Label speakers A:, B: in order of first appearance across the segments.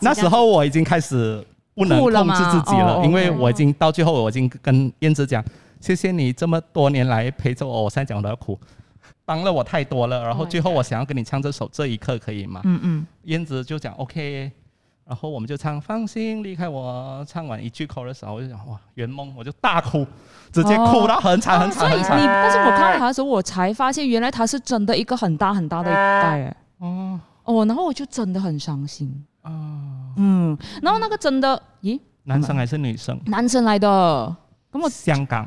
A: 那时候我已经开始不能控制自己了，因为我已经到最后，我已经跟燕子讲，谢谢你这么多年来陪着我，我现在讲我都要哭，帮了我太多了。然后最后我想要跟你唱这首《这一刻》，可以吗？燕子就讲 OK， 然后我们就唱放心离开我。唱完一句 chorus 的时候，我就讲哇圆梦，我就大哭，直接哭到很惨很惨很惨。
B: 但是我看到他的时候，我才发现原来他是真的一个很大很大的一代然后我就真的很伤心然後那個真的，咦？
A: 男生還是女生？
B: 男生來的。咁我
A: 香港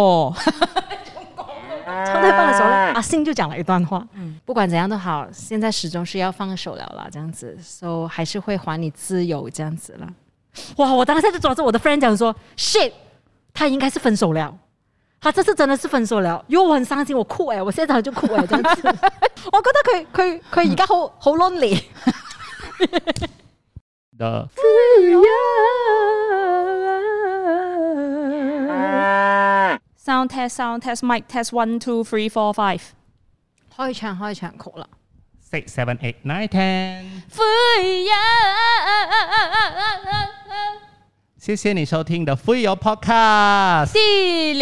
C: 唱太棒的時候呢，阿信就講了一段話，不管怎樣都好，現在始終是要放手了啦，這樣子 ，so 還是會還你自由這樣子啦。哇！我當時就抓着我的 friend 講說 ，shit， 他應該是分手了，他這次真的是分手了，因為我很傷心，我哭我現在就哭這樣子，我覺得佢而家好 lonely。
A: 的
B: sound test mic test 1 2 3 4 5
C: 可以唱曲啦
A: 6 7 8 9 10。謝謝你收聽的 Free Your Podcast
B: 第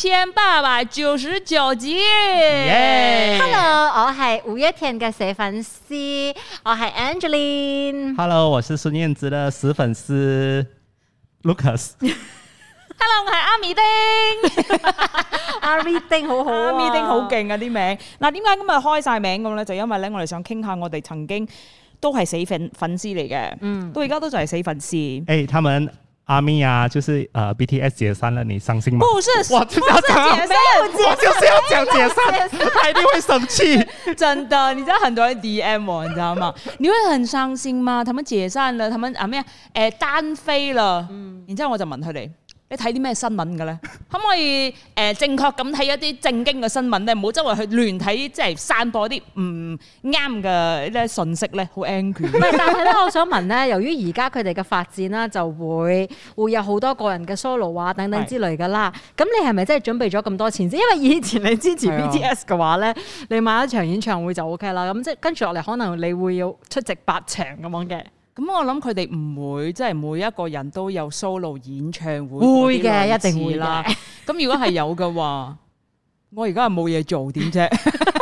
B: 2899集。
C: Hello， 我係五月天嘅死粉絲，我係 Angeline。
A: Hello， 我是孫燕姿的死粉絲 Lucas。Hello，
B: 我係阿咪丁。
C: 阿咪丁好好啊，
B: 阿咪丁好勁啊啲名。嗱，點解今日開晒名咁咧？就因為咧，我哋想傾下我哋曾經都係死粉絲嚟嘅，到而家都就係死粉絲。
A: 他們阿咪啊，就是BTS 解散了，你傷心嗎？
B: 不是，
A: 我就是要講，我就是要講解散，他一定會生氣。
B: 真的，你知道很多人 DM 我，你知道嗎？你會很傷心嗎？他們解散了，他們單飛了，然之後我就問佢哋。你睇啲咩新聞嘅咧？可唔可以正確咁睇一啲正經嘅新聞咧？唔好周圍去亂睇，即係散播啲唔啱嘅咧信息咧，好 angry。
C: 唔係，但係咧，我想問咧，由於而家佢哋嘅發展啦，就會有好多個人嘅 solo 啊等等之類噶啦。咁你係咪真係準備咗咁多錢先？因為以前你支持 BTS 嘅話咧，你買一場演唱會就 OK 啦。咁即係跟住落嚟，可能你會要出席8場咁樣嘅。
B: 咁我諗佢哋唔會，即係每一個人都有 solo 演唱會。
C: 會嘅，一定會啦。
B: 咁如果係有嘅話，我而家係冇嘢做點啫。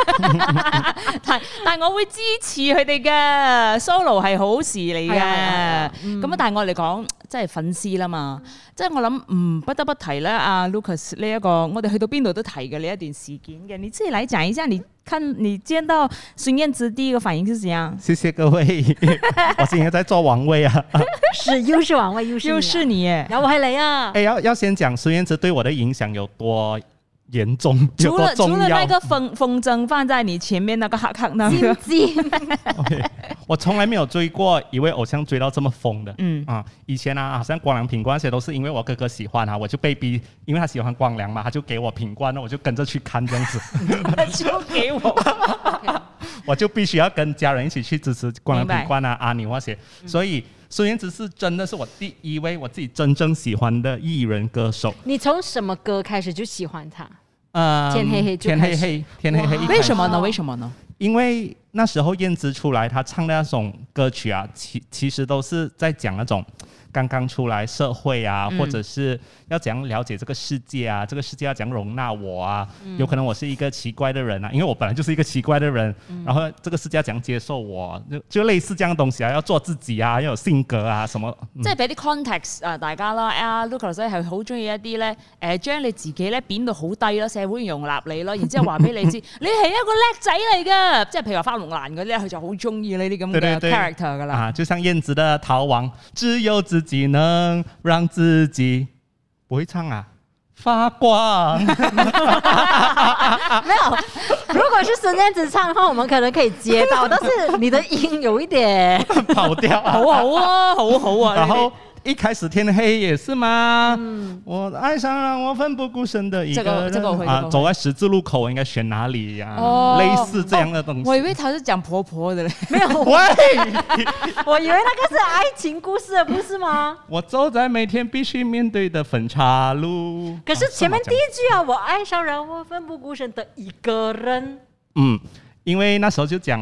B: 但係我會支持佢哋嘅 solo 係好事嚟嘅。咁但係我嚟講，即係粉絲啦嘛。即係我諗不得不提咧，阿 Lucas 呢一個，我哋去到邊度都提嘅呢一段事件嘅。你自己來講一下，你見到孫燕姿第一個反應是怎樣？
A: 謝謝各位，我今天在做王位啊。
C: 是，又是王位，又
B: 是你耶，
C: 然後我係你啊。
A: 要先講孫燕姿對我的影響有多嚴重，有多重要。
B: 除了那個風箏放在你前面那個黑那個
A: okay， 我從來沒有追過一位偶像追到這麼瘋的。以前啊，好像光良、品冠那些都是因為我哥哥喜歡啊，我就被逼，因為他喜歡光良嘛，他就給我品冠，我就跟着去看這樣子。
B: 就給我，
A: 我就必須要跟家人一起去支持光良、品冠啊、阿牛那些。所以孫燕姿是真的是我第一位我自己真正喜歡的藝人歌手。
C: 你從什麼歌開始就喜歡他？
A: 天黑黑，天黑黑。
B: 為什麼呢？為什麼呢？
A: 因為那時候燕姿出來，她唱的那種歌曲啊，其實都是在講那種剛剛出來社會啊，或者是要怎樣了解這個世界啊，這個世界要怎樣容納我啊，有可能我是一個奇怪的人啊，因為我本來就是一個奇怪的人，然後這個世界要怎樣接受我，就類似這樣的東西啊，要做自己啊，要有性格啊，什麼，
B: 即係俾啲 context 大家啦。Lucas 係好中意一啲咧，將你自己咧貶到好低咯，社會容納你咯，然之後話俾你知，你係一個叻仔嚟噶，即係譬如話花龍蘭嗰啲咧，佢就好中意呢啲咁嘅 character 噶啦。
A: 啊，就像燕姿的逃亡，只有自己能讓自己不會唱啊發光。沒
C: 有，如果是孫燕姿唱的話，我們可能可以接到，但是你的音有一點
A: 跑掉。
B: 好好啊，好好啊。
A: 然後一開始天黑也是嗎？我愛上讓我奮不顧身的一個人。這個啊，走在十字路口，我應該選哪裡呀？類似這樣的東西。
B: 我以為他是講婆婆的嘞。
C: 沒有，
A: 喂，
C: 我以為那個是愛情故事，不是嗎？
A: 我走在每天必須面對的分岔路。
C: 可是前面第一句啊，我愛上讓我奮不顧身的一個人。
A: 因為那時候就講。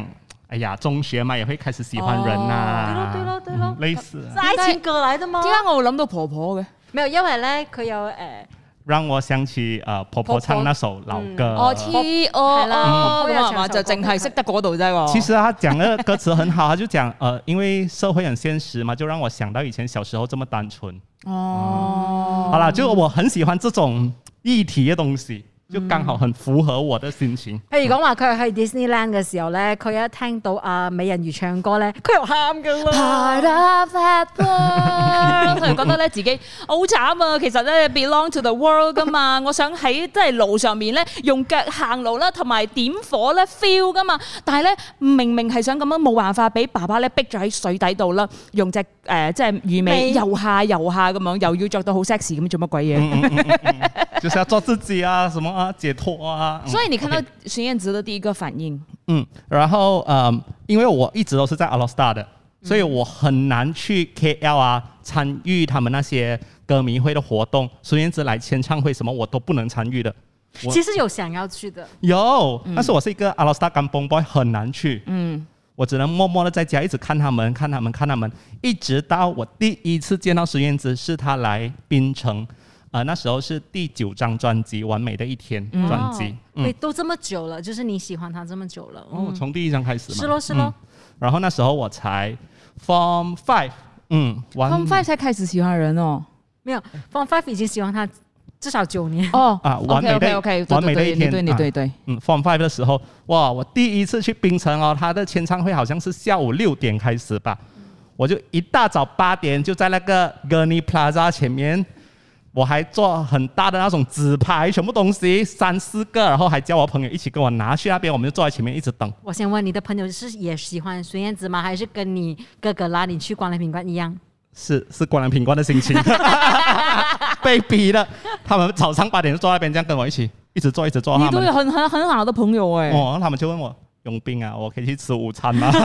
A: 哎呀，中学嘛也会开始喜欢人呐，
C: 對咯，
A: 類似
C: 是愛情歌來的嗎？
B: 點解我會諗到婆婆嘅？
C: 沒有，因為咧佢有
A: 讓我想起婆婆唱那首老歌。
B: 係嘛，就淨係識得嗰度啫喎。
A: 其實他講的歌詞很好，他就講因為社會很現實嘛，就讓我想到以前小時候這麼單純。好啦，就我很喜歡這種議題嘅東西。就剛好很符合我的心情。
C: 譬如講話佢去 Disneyland 嘅時候咧，佢一聽到美人魚唱歌咧，佢又喊噶啦。
B: 佢覺得咧自己好慘啊，其實咧 belong to the world 噶嘛，我想喺即係路上面咧用腳行路啦，同埋點火咧 feel 噶嘛，但係咧明明係想咁樣，冇辦法俾爸爸咧逼咗喺水底度啦，用隻即係魚尾游下咁樣，又要着到好 sexy 咁，做乜鬼嘢？
A: 就是要做自己啊，什麼啊，解脫啊。
B: 所以你看到孫燕姿的第一個反應，
A: 然後因為我一直都是在 All Star 的，所以我很難去 KL 啊參與他們那些歌迷會的活動。孫燕姿來簽唱會什麼我都不能參與的。
C: 其實有想要去的，
A: 有，但是我是一個 All Star 跟 Boom Boy 很難去。我只能默默的在家一直看他們，一直到我第一次見到孫燕姿是她來檳城。那時候是第9張專輯《完美的一天》專輯，
C: 都這麼久了，就是你喜歡他這麼久了。
A: 從第1張開始嘛。
C: 是咯。
A: 然後那時候我才 Form 5，
B: Form 5才開始喜歡人哦。
C: 沒有 Form 5已經喜歡他至少9年。
A: 完美的一天，
B: 對。
A: Form 5的時候，哇！我第一次去檳城哦，他的簽唱會好像是下午6點開始吧，我就一大早8點就在那個 Gurney Plaza 前面。我還做很大的那種紙牌，全部東西3、4個，然後還叫我朋友一起跟我拿去那邊，我們就坐在前面一直等。
C: 我先問你的朋友是也喜歡孫燕姿嗎？還是跟你哥哥拉你去光良品冠一樣？
A: 是光良品冠的心情，被逼的。他們早上8點就坐在那邊，這樣跟我一起一直坐。
B: 你都有很好的朋友誒。
A: 他們就問我。傭兵啊，我可以去吃午餐嗎？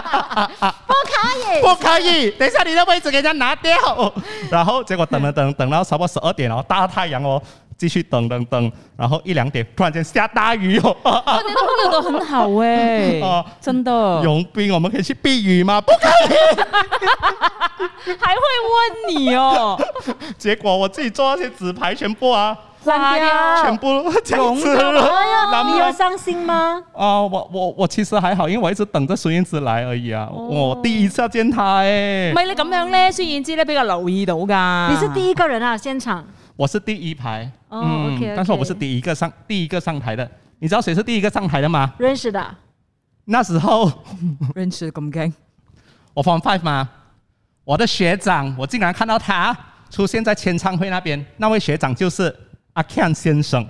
C: 不
A: 可以，等一下你的位置給人家拿掉。然後結果等到差不多12點，然後大太陽哦，繼續等，然後1、2點突然間下大雨哦。
B: 你的朋友都很好誒，真的。
A: 傭兵，我們可以去避雨嗎？不可以，
C: 還會問你哦。
A: 結果我自己做那些紙牌全部
C: 爛掉，
A: 全部這樣子了。
C: 你有傷心嗎？
A: 我其實還好，因為我一直等着孫燕姿來而已啊。我第一次要見她誒。
B: 唔係你咁樣咧，孫燕姿咧比較留意到㗎。
C: 你是第一個人啊，現場。
A: 我是第1排。
C: OK，
A: 但是我不是第一個上台的。你知道誰是第一個上台的嗎？
C: 認識的。
A: 那時候
B: 認識咁驚。
A: 我 Form 5嘛，我的學長，我竟然看到他出現在簽唱會那邊。那位學長就是阿 Ken 先生，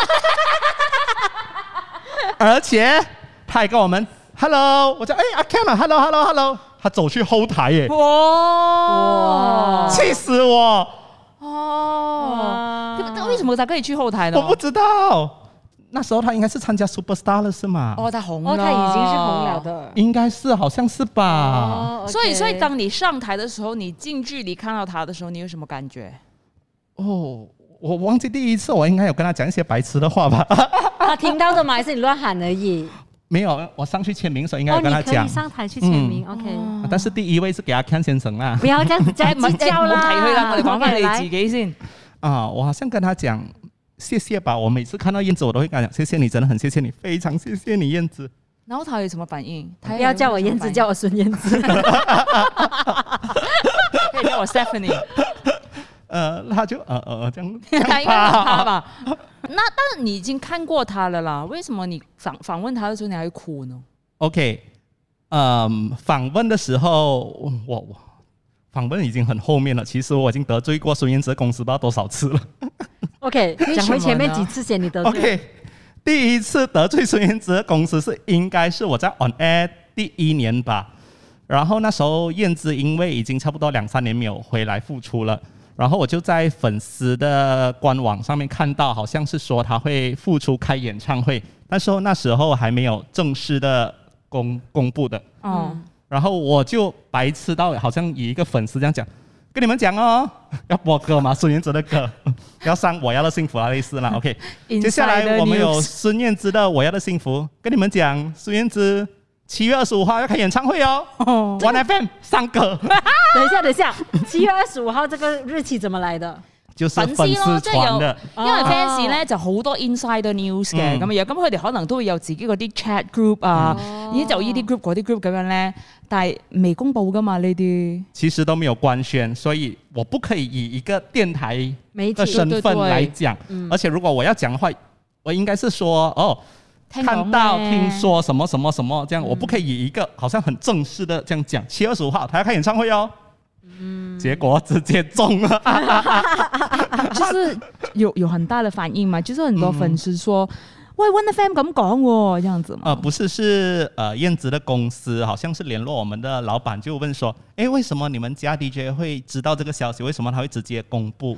A: 而且他還跟我們 Hello， 我叫阿 Ken 啊 ，Hello， 他走去後台耶，哇，氣死我！
B: 為什麼他可以去後台呢？
A: 我不知道，那時候他應該是參加 Superstar 了，是嗎？
B: 他紅了，
C: 他已經是紅了的，
A: 應該是，好像是吧。
B: 所以當你上台的時候，你近距離看到他的時候，你有什麼感覺？
A: 我忘記第一次，我應該有跟他講一些白痴的話吧。
C: 他聽到的嗎？還是你亂喊而已？
A: 沒有，我上去簽名的時候應該有跟他講。
C: 你可以上台去簽名，OK。
A: 但是第一位是給阿 Ken 先生啦。
C: 不要這樣子再計較啦，
B: 唔好提佢啦，我哋講翻你自己先。
A: 我好像跟他講謝謝吧。我每次看到燕子，我都會跟他講謝謝你，真的很謝謝你，非常謝謝你，燕子。
B: 然後他有什麼反應？
C: 不要叫我燕子，叫我孫燕姿。可
B: 以叫我 Stephanie。
A: 他就這樣
B: 他應該是他吧？但是你已經看過他了啦，為什麼你訪問他的時候你還會哭呢
A: ？OK，訪問的時候，我訪問已經很後面了。其實我已經得罪過孫燕姿的公司不知道多少次了。
C: OK，講回前面幾次先你得罪。
A: OK，第一次得罪孫燕姿的公司是應該是我在 On Air 第1年吧。然後那時候燕姿因為已經差不多2、3年沒有回來復出了。然後我就在粉絲的官網上面看到，好像是說他會復出開演唱會，但是那時候還沒有正式的公布的。然後我就白痴到，好像以一個粉絲這樣講，跟你們講哦，要播歌嘛，孫燕姿的歌，要上我要的幸福啊，類似啦。OK， 接下來我們有孫燕姿的我要的幸福，跟你們講，孫燕姿 7月25号要开演唱会哦，One FM 3个。
C: 等一下，7月25號這個日期怎麼來的？
A: 就是粉絲傳的，
B: 因為 fans 咧就好多 insider news 嘅咁樣，咁佢哋可能都會有自己嗰啲 chat group 啊，依就依啲 group 嗰啲 group 咁樣咧，但係未公佈噶嘛呢啲。
A: 其實都沒有官宣，所以我不可以以一個電台的身份來講。而且如果我要講的話，我應該是說哦，看到聽說什麼什麼什麼這樣，我不可以以一個好像很正式的這樣講。7月25號他要開演唱會哦。結果直接中了，
B: 就是有很大的反應嘛，就是很多粉絲說，喂 One FM 咁講喎，這樣子嘛。
A: 不是，是燕子的公司好像是聯絡我們的老闆，就問說，誒，為什麼你們家 DJ 會知道這個消息？為什麼他會直接公布？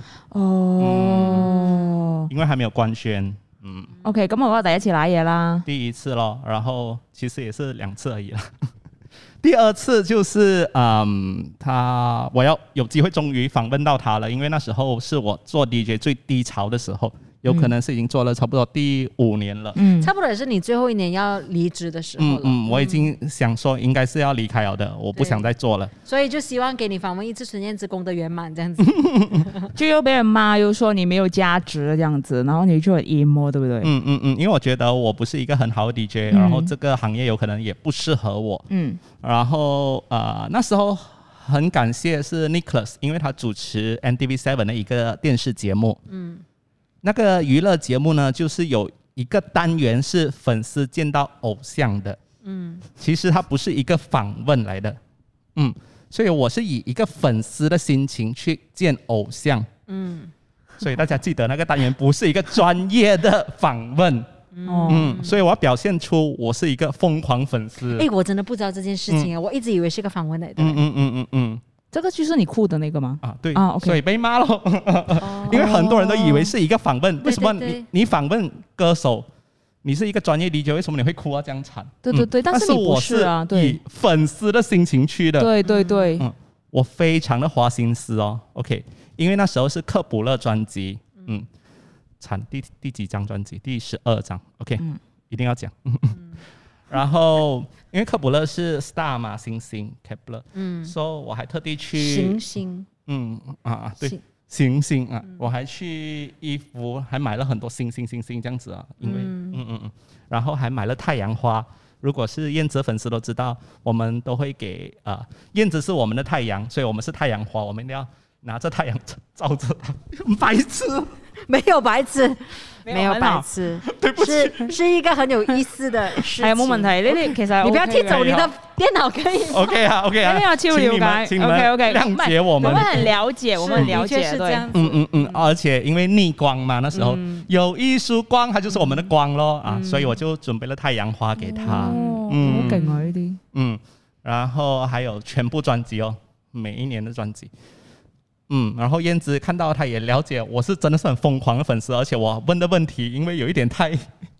A: 因為還沒有官宣。
B: OK， 咁我第一次拿嘢啦，
A: 第一次咯，然後其實也是2次而已啦。第2次就是我要有機會終於訪問到他了，因為那時候是我做 DJ 最低潮的時候，有可能是已經做了差不多第5年了。
C: 差不多也是你最後1年要離職的時候了。
A: 我已經想說應該是要離開了的，我不想再做了。
C: 所以就希望給你訪問一次孫燕姿功德圓滿這樣子。
B: 就又被人罵，又說你沒有價值這樣子，然後你就很 emo，對不對？
A: 因為我覺得我不是一個很好的 DJ，然後這個行業有可能也不適合我。然後那時候很感謝是 Nicholas， 因為他主持 NTV7 的一個電視節目。那個娛樂節目呢，就是有一個單元是粉絲見到偶像的。其實它不是一個訪問來的。所以我是以一個粉絲的心情去見偶像。所以大家記得那個單元不是一個專業的訪問。所以我要表現出我是一個瘋狂粉絲。
C: 我真的不知道這件事情我一直以為是一個訪問來的。
B: 這個就是你酷的那個嗎？
A: 對，OK， 所以被罵咯。因為很多人都以為是一個訪問，為什麼你訪問歌手，你是一個專業 DJ， 為什麼你會哭啊？這樣慘。
B: 對，但是你不是啊，
A: 對，以粉絲的心情去的。
B: 對，
A: 我非常的花心思哦。OK， 因為那時候是克卜勒專輯，慘第幾張專輯？第12張。OK，一定要講。然後因為克卜勒是 star 嘛，星星 Kepler，所以我還特地去
C: 星星，
A: 對，星星啊，我還去衣服還買了很多星星這樣子啊，因為然後還買了太陽花。如果是燕子粉絲都知道，我們都會給燕子是我們的太陽，所以我們是太陽花，我們要拿着太陽照着它。白痴，
C: 沒有白痴。沒有白痴，
A: 對不起，
C: 是一個很有意思的事情。
B: 係冇問題，呢啲其實
C: 你不要踢走你的電腦可以。
A: OK 啊，
B: 因為要超了解，OK，
A: 諒解我們。
B: 我們很了解，我們很了解，
C: 是這樣子。
A: 而且因為逆光嘛，那時候有一束光，它就是我們的光咯所以我就準備了太陽花給他。
B: 好勁啊呢啲。
A: 然後還有全部專輯哦，每一年的專輯。然後燕子看到他也了解我是真的是很瘋狂的粉絲，而且我問的問題因為有一點太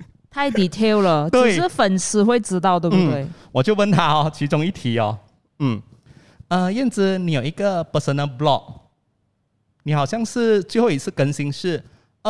B: detail 了，只是粉絲會知道，對不對？
A: 我就問他其中一題燕子，你有一個 personal blog， 你好像是最後一次更新是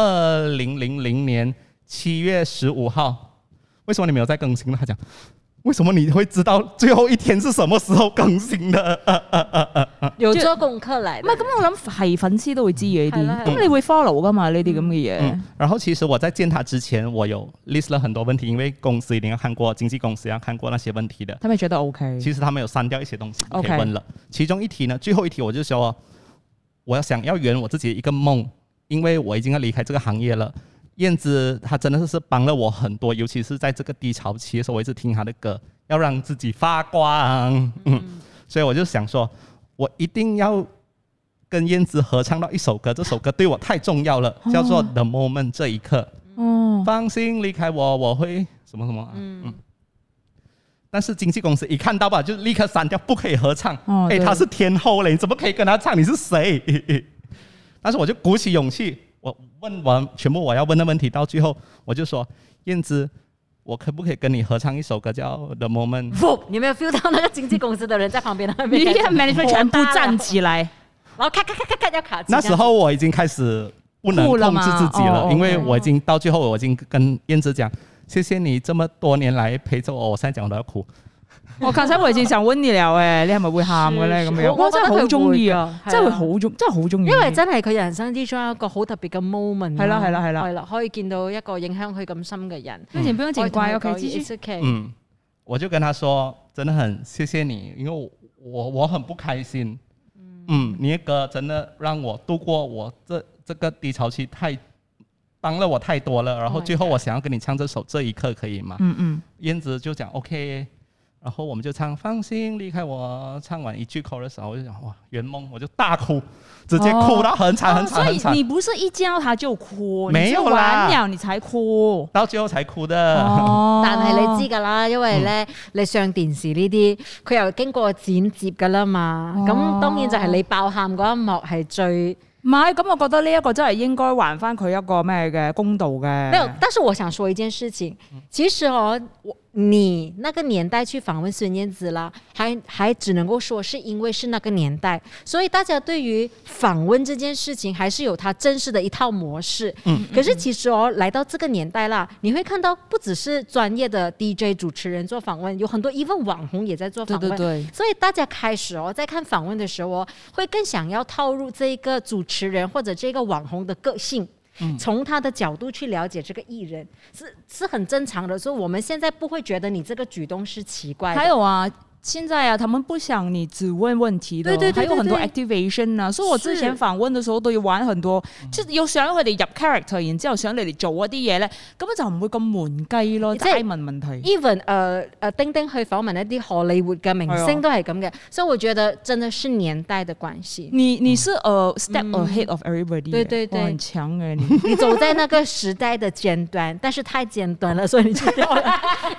A: 2000年7月15號，為什麼你沒有再更新了？他講為什麼你會知道最後一天是什麼時候更新的？
C: 有做功課嚟。
B: 唔係咁，我諗係粉絲都會知嘅呢啲，咁你會 follow 噶嘛呢啲咁嘅嘢。
A: 然後其實我在見他之前，我有 list 了很多問題，因為公司一定要看過，經紀公司要看過那些問題的。
B: 他們覺得 OK。
A: 其實他們有刪掉一些東西可以問了。其中一題呢，最後一題我就說，我要想要圓我自己一個夢，因為我已經要離開這個行業了。燕子她真的是幫了我很多，尤其是在這個低潮期的時候，我一直聽她的歌，要讓自己發光。所以我就想說，我一定要跟燕子合唱到一首歌，這首歌對我太重要了，叫做 The Moment 這一刻。放心離開我，我會什麼什麼但是經紀公司一看到吧，就立刻刪掉，不可以合唱。他是天后嘞，你怎麼可以跟他唱？你是誰？但是我就鼓起勇氣。我問完全部我要問的問題，到最後我就說，燕子，我可不可以跟你合唱一首歌叫 The Moment？
C: 你有沒有 feel 到那個經紀公司的人在旁邊？
B: 你看 management 全部站起來，
C: 然後咔要卡。
A: 那時候我已經開始不能控制自己了，因為我已經到最後我已經跟燕子講，謝謝你這麼多年來陪着我，我現在講我都要哭。
B: 我剛才我已經想問你了誒，你係咪會喊嘅咧？咁樣我真係好中意啊，真係好中意，
C: 因為真係佢人生之中一個好特別嘅 moment。係
B: 啦，
C: 可以見到一個影響佢咁深嘅人。
B: 之前不用緊怪 ，OK， 繼續。
A: 我就跟他說，真的很謝謝你，因為我很不開心。你的歌真的讓我度過我這個低潮期，幫了我太多了。然後最後我想要跟你唱這首《這一刻》，可以嗎？燕子就講 OK， 然後我們就唱放心離開我。唱完一句 chorus 我就講哇圓夢，我就大哭，直接哭到很慘很慘很慘。
B: 所以你不是一見到他就哭，
A: 沒有啦，
B: 完了你才哭，
A: 到最後才哭的。
C: 但係你知噶啦，因為咧你上電視呢啲，佢又經過剪接噶啦嘛，咁當然就係你爆喊嗰一幕係最。
B: 唔係，咁我覺得呢一個真係應該還翻佢一個咩嘅公道嘅。
C: 沒有，但是我想說一件事情，其實你那個年代去訪問孫燕姿啦，還只能夠說是因為是那個年代，所以大家對於訪問這件事情還是有它真實的一套模式。可是其實來到這個年代啦，你會看到不只是專業的 DJ 主持人做訪問，有很多 even 網紅也在做訪問。
B: 對，
C: 所以大家開始在看訪問的時候會更想要套入這個主持人或者這個網紅的個性。從他的角度去了解這個藝人是很正常的，所以我們現在不會覺得你這個舉動是奇怪的。
B: 還有啊，現在啊，他們不想你只問問題的，對，還有很多 activation 啊，所以我之前訪問的時候都要玩很多，即係要想佢哋入 character，然之後想你哋做一啲嘢咧，咁樣就唔會咁悶雞咯，齋問問題。
C: even 丁丁去訪問一啲荷里活嘅明星都係咁嘅，所以我覺得真的是年代的關係。
B: 你是step ahead of everybody，
C: 對，
B: 很強嘅
C: 你走在那個時代的尖端，但是太尖端了，所以你就掉了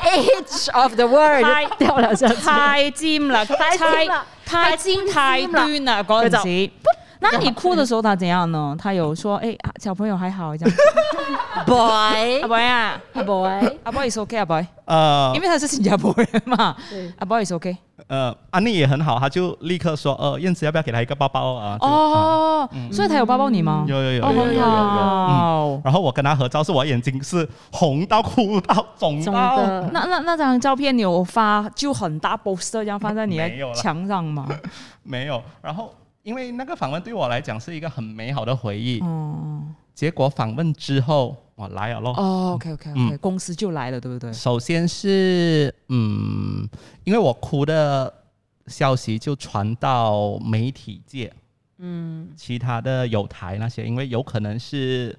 C: edge of the world 掉了上去。太尖啦，太尖太端啦嗰陣時。
B: 那你哭的時候他怎樣呢？他有說小朋友還好這樣
C: ？Boy， 阿
B: boy 啊，
C: 阿 boy，
B: 阿 boy is OK， 阿 boy，因為他是新加坡人嘛，阿 boy is OK。
A: 安妮也很好，他就立刻說燕子要不要給他一個包包啊？
B: 所以他有包包你嗎？
A: 有。
B: 然
A: 後我跟他合照，是我眼睛是紅到哭到腫到。
B: 那張照片你有發就很大 poster 這樣放在你的牆上嗎？
A: 沒有。然後因為那個訪問對我來講是一個很美好的回憶。結果訪問之後我來了咯。
B: OK， 公司就來了，對不對？
A: 首先是因為我哭的消息就傳到媒體界，其他的友台那些，因為有可能是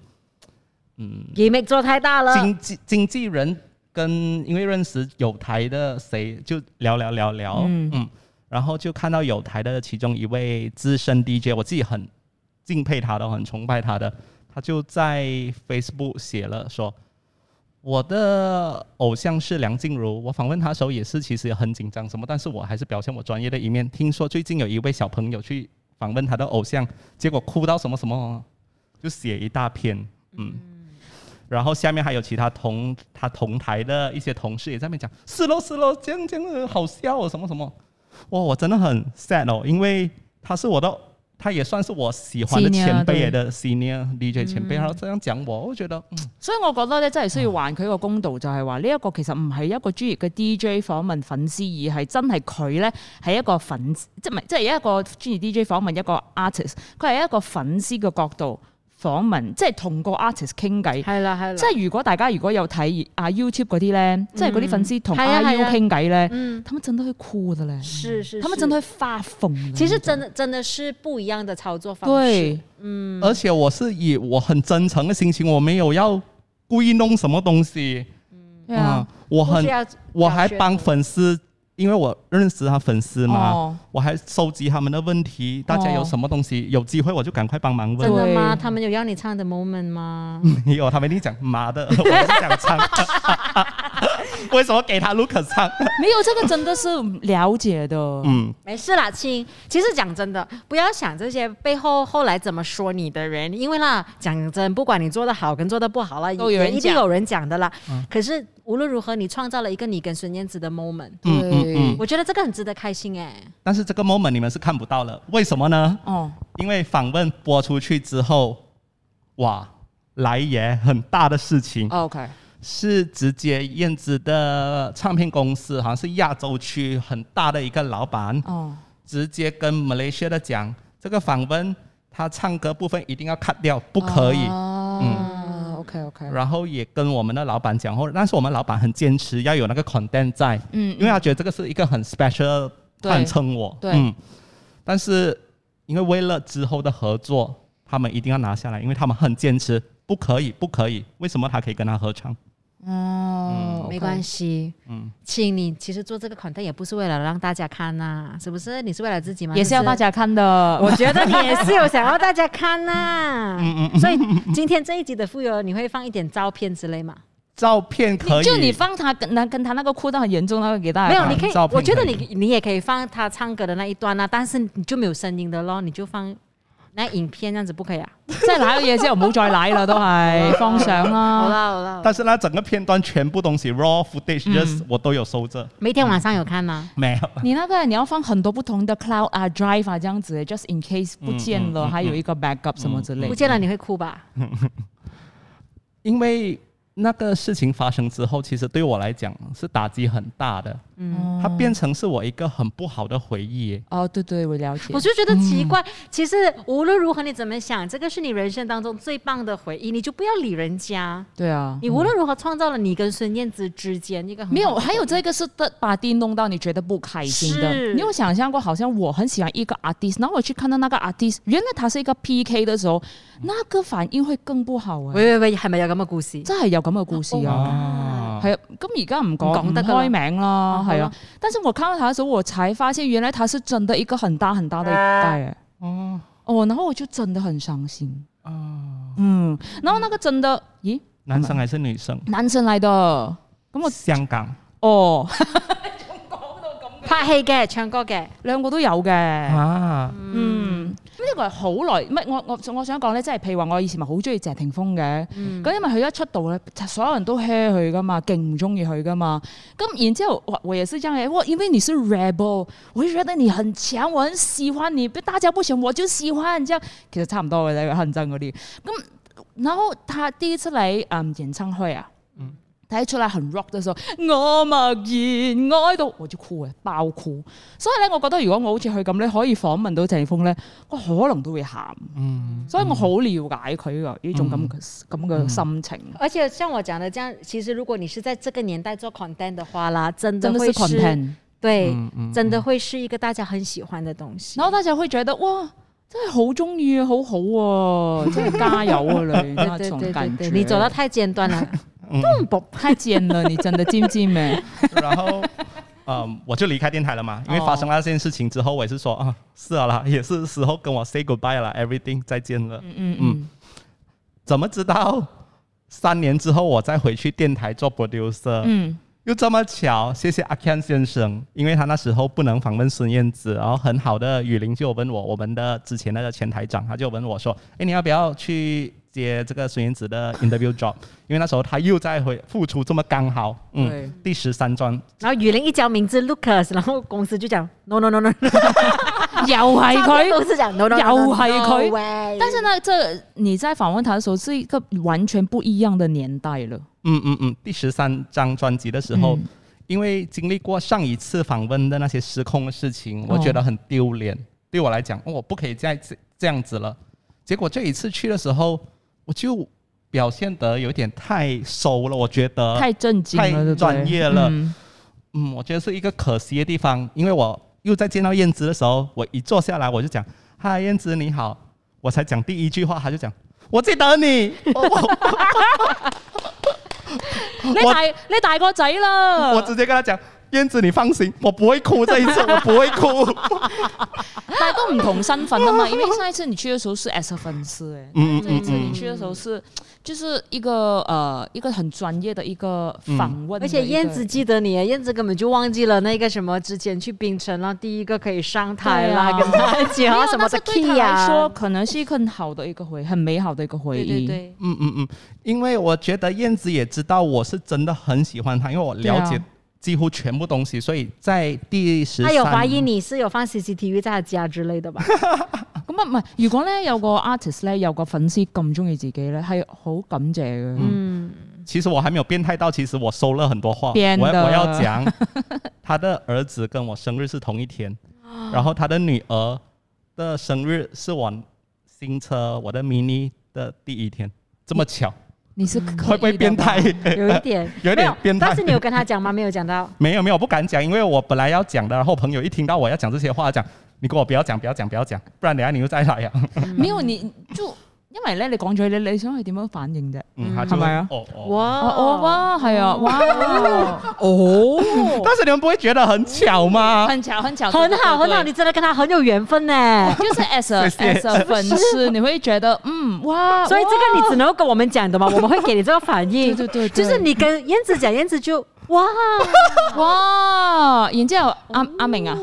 C: gimmick做太大了。
A: 經紀人跟因為認識友台的誰就聊，然後就看到友台的其中一位資深 DJ， 我自己很敬佩他的，很崇拜他的，他就在 Facebook 寫了說我的偶像是梁靜茹，我訪問他的時候也是其實也很緊張什麼，但是我還是表現我專業的一面。聽說最近有一位小朋友去訪問他的偶像，結果哭到什麼什麼，就寫一大篇。然後下面還有其他他同台的一些同事也在那邊講是咯，這樣好笑哦，什麼什麼。哇，我真的很 sad 哦，因為他也算是我喜歡的前輩的 senior DJ 前輩，然後這樣講我覺得，
B: 所以我覺得咧真係需要還佢個公道，就係話呢一個其實唔係一個專業嘅 DJ 訪問粉絲，而係真係佢咧係一個粉絲，即係一個專業 DJ 訪問一個 artist， 佢係一個粉絲嘅角度訪問，即係同個 artist 傾偈。係啦，即係大家如果有睇YouTube 嗰啲咧，即係嗰啲粉絲同 IU 傾偈咧，他們真的會哭的咧，是，他們真的會發瘋。其實
C: 真的是不一樣的操作方式。
B: 對，
A: 而且我是以我很真誠的心情，我沒有要故意弄什麼東西。我還幫粉絲。因為我認識他粉絲嘛，我還收集他們的問題，大家有什麼東西有機會我就趕快幫忙問。
C: 真的嗎？他們有要你唱的 moment 嗎？
A: 沒有，他們一定講媽的，我不想唱。為什麼給他 Lucas 唱？
B: 沒有，這個真的是了解的。
C: 沒事啦，親。其實講真的，不要想這些背後後來怎麼說你的人，因為啦，講真，不管你做得好跟做得不好啦，一定有人講的啦。可是無論如何，你創造了一個你跟孫燕姿的 moment。我覺得這個很值得開心誒。
A: 但是這個 moment 你們是看不到了，為什麼呢？因為訪問播出去之後，哇，來也很大的事情。
B: OK。
A: 是直接燕子的唱片公司，好像是亚洲区很大的一个老板，直接跟 Malaysia 的讲，这个访问他唱歌部分一定要 cut 掉，不可以。
B: OK，
A: 然后也跟我们的老板讲，但是我们老板很坚持要有那个 content 在，因为他觉得这个是一个很 special， 他很称我，但是因为为了之后的合作，他们一定要拿下来，因为他们很坚持，不可以，为什么他可以跟他合唱？
C: 没关系。亲，你其实做这个 content 也不是为了让大家看呐，是不是？你是为了自己吗？
B: 也是要大家看的。
C: 我觉得你也是有想要大家看呐。所以今天这一集的富有，你会放一点照片之类吗？
A: 照片可以，
B: 就你放他跟他那个哭到很严重那个给大家看。
C: 没有，你可以，我觉得你也可以放他唱歌的那一段啊，但是你就没有声音的咯，你就放那影片，这样子不可以啊？
B: 即係瀨咗嘢之後唔好再瀨啦，都係放相啦。
C: 好啦。
A: 但是那整個片段全部東西 raw footage，我都有收着。
C: 每天晚上有看嗎？
A: 沒有。
B: 你那個你要放很多不同的 cloud 啊 drive 啊，這樣子 ，just in case 不見了，還有一個 backup 什麼之類。
C: 不見了你會哭吧？
A: 因為那個事情發生之後，其實對我來講是打擊很大的。它變成是我一個很不好的回憶。
B: 對，我了解。
C: 我就覺得奇怪，其實無論如何你怎麼想，這個是你人生當中最棒的回憶，你就不要理人家。
B: 對啊，
C: 你無論如何創造了你跟孫燕姿之間一個很好的。
B: 沒有，還有這個是把地弄到你覺得不開心的。你有想象過，好像我很喜歡一個 artist， 然後我去看到那個 artist， 原來他是一個 PK 的時候，那個反應會更不好。
C: 喂，係咪有咁嘅故事？
B: 真係有咁嘅故事啊！係啊，咁而家唔講得開名啦，係啊。但是我看到他的時候，我才發現原來他是真的一個很大很大的一代。然後我就真的很傷心。然後那個真的，咦？
A: 男生還是女生？
B: 男生嚟的。咁我
A: 香港。
C: 拍戲嘅、唱歌嘅，
B: 兩個都有嘅。呢個係好耐，唔係我想講咧，即係譬如話我以前咪好中意謝霆鋒嘅，咁因為佢一出道咧，所有人都 hea 佢噶嘛，勁唔中意佢噶嘛。咁然之後，我也是這樣嘅，因為你是 rebel， 我就覺得你很強，我很喜歡你，大家不喜歡我就喜歡，這樣其實差唔多嘅啫，恨憎嗰啲。咁然後他第一次嚟演唱會啊。他一出來很 rock 的時候，我默然愛到我就哭嘅，爆哭。所以咧，我覺得如果我好似佢咁咧，可以訪問到謝霆鋒咧，我可能都會喊。所以我好了解佢嘅呢種咁嘅心情。
C: 而且像我講的這樣，其實如果你是在這個年代做 content 的話啦，真的會是
B: content，
C: 對，真的會是一個大家很喜歡的東西。
B: 然後大家會覺得哇，真係好中意，好好啊，真係加油啊你那種感覺。
C: 你走得太尖端了。
B: 太尖了，你真的尖唔尖咩？
A: 然後，我就離開電台了嘛，因為發生了那件事情之後，我也是說是啦，也是時候跟我 say goodbye 了 ，everything 再見了。怎麼知道3年之後我再回去電台做 producer？又這麼巧，謝謝阿 Ken 先生，因為他那時候不能訪問孫燕姿，然後很好的雨林就問我們的之前那個前台長，他就問我說：你要不要去接這個孫燕姿的 interview job？ 因為那時候他又在復出，這麼剛好，第13專。然後
C: 雨林一叫名字 Lucas， 然後公司就講 no，
B: 又係佢，
C: 公司講 no，
B: 又係佢。但是呢，這你在訪問他的時候是一個完全不一樣的年代了。
A: 第13張專輯的時候，因為經歷過上一次訪問的那些失控的事情，我覺得很丟臉。對我來講，我不可以再這樣子了。結果這一次去的時候，我就表現得有點太收了，我覺得
B: 太正經了，
A: 太專業了。我覺得是一個可惜的地方，因為我又在見到燕姿的時候，我一坐下來我就講：嗨，燕姿你好。我才講第一句話，他就講：我記得你。
B: 你大個仔啦！
A: 我直接跟他講：燕姿你放心，我不會哭，這一次我不會哭。
B: 但係都唔同身份啊嘛，因為上一次你去的時候是 as a 粉絲這一次你去的時候是就是一個很專業的一個訪問，
C: 而且燕姿記得你，燕姿根本就忘記了那個什麼之前去檳城啦，第一個可以上台啦，跟他講什麼的 key 啊，對他來說
B: 可能是一個很好的一個回憶，很美好的一個回憶。
C: 對，
A: 因為我覺得燕姿也知道我是真的很喜歡她，因為我了解幾乎全部東西，所以在第13，
C: 他有懷疑你是有放 CCTV 在他家之類的吧？
B: 咁唔係，如果咧有個 artist 咧有個粉絲咁中意自己咧，係好感謝嘅。
A: 其实我还没有变态到，其实我收了很多话。我要讲，他的儿子跟我生日是同一天，然后他的女儿的生日是我新车我的 mini 的第一天，这么巧。
B: 你是
A: 会不会变态？
C: 有一点变态。但是你有跟他讲吗？没有讲到。
A: 没有，不敢讲，因为我本来要讲的，然后朋友一听到我要讲这些话，讲你跟我不要讲，不然等下你又再来啊。
B: 没有，你就。因為咧，你講咗你想佢點樣反應啫？係咪啊？哇，係啊，哇，
A: 但是你們不會覺得很巧嗎？
B: 很巧，
C: 很好，你真的跟他很有緣分呢。
B: 就是 as a 粉絲，你會覺得哇，
C: 所以這個你只能夠跟我們講的嘛，我們會給你這個反應。
B: 對，
C: 就是你跟燕子講，燕子就哇，
B: 然之後阿明啊，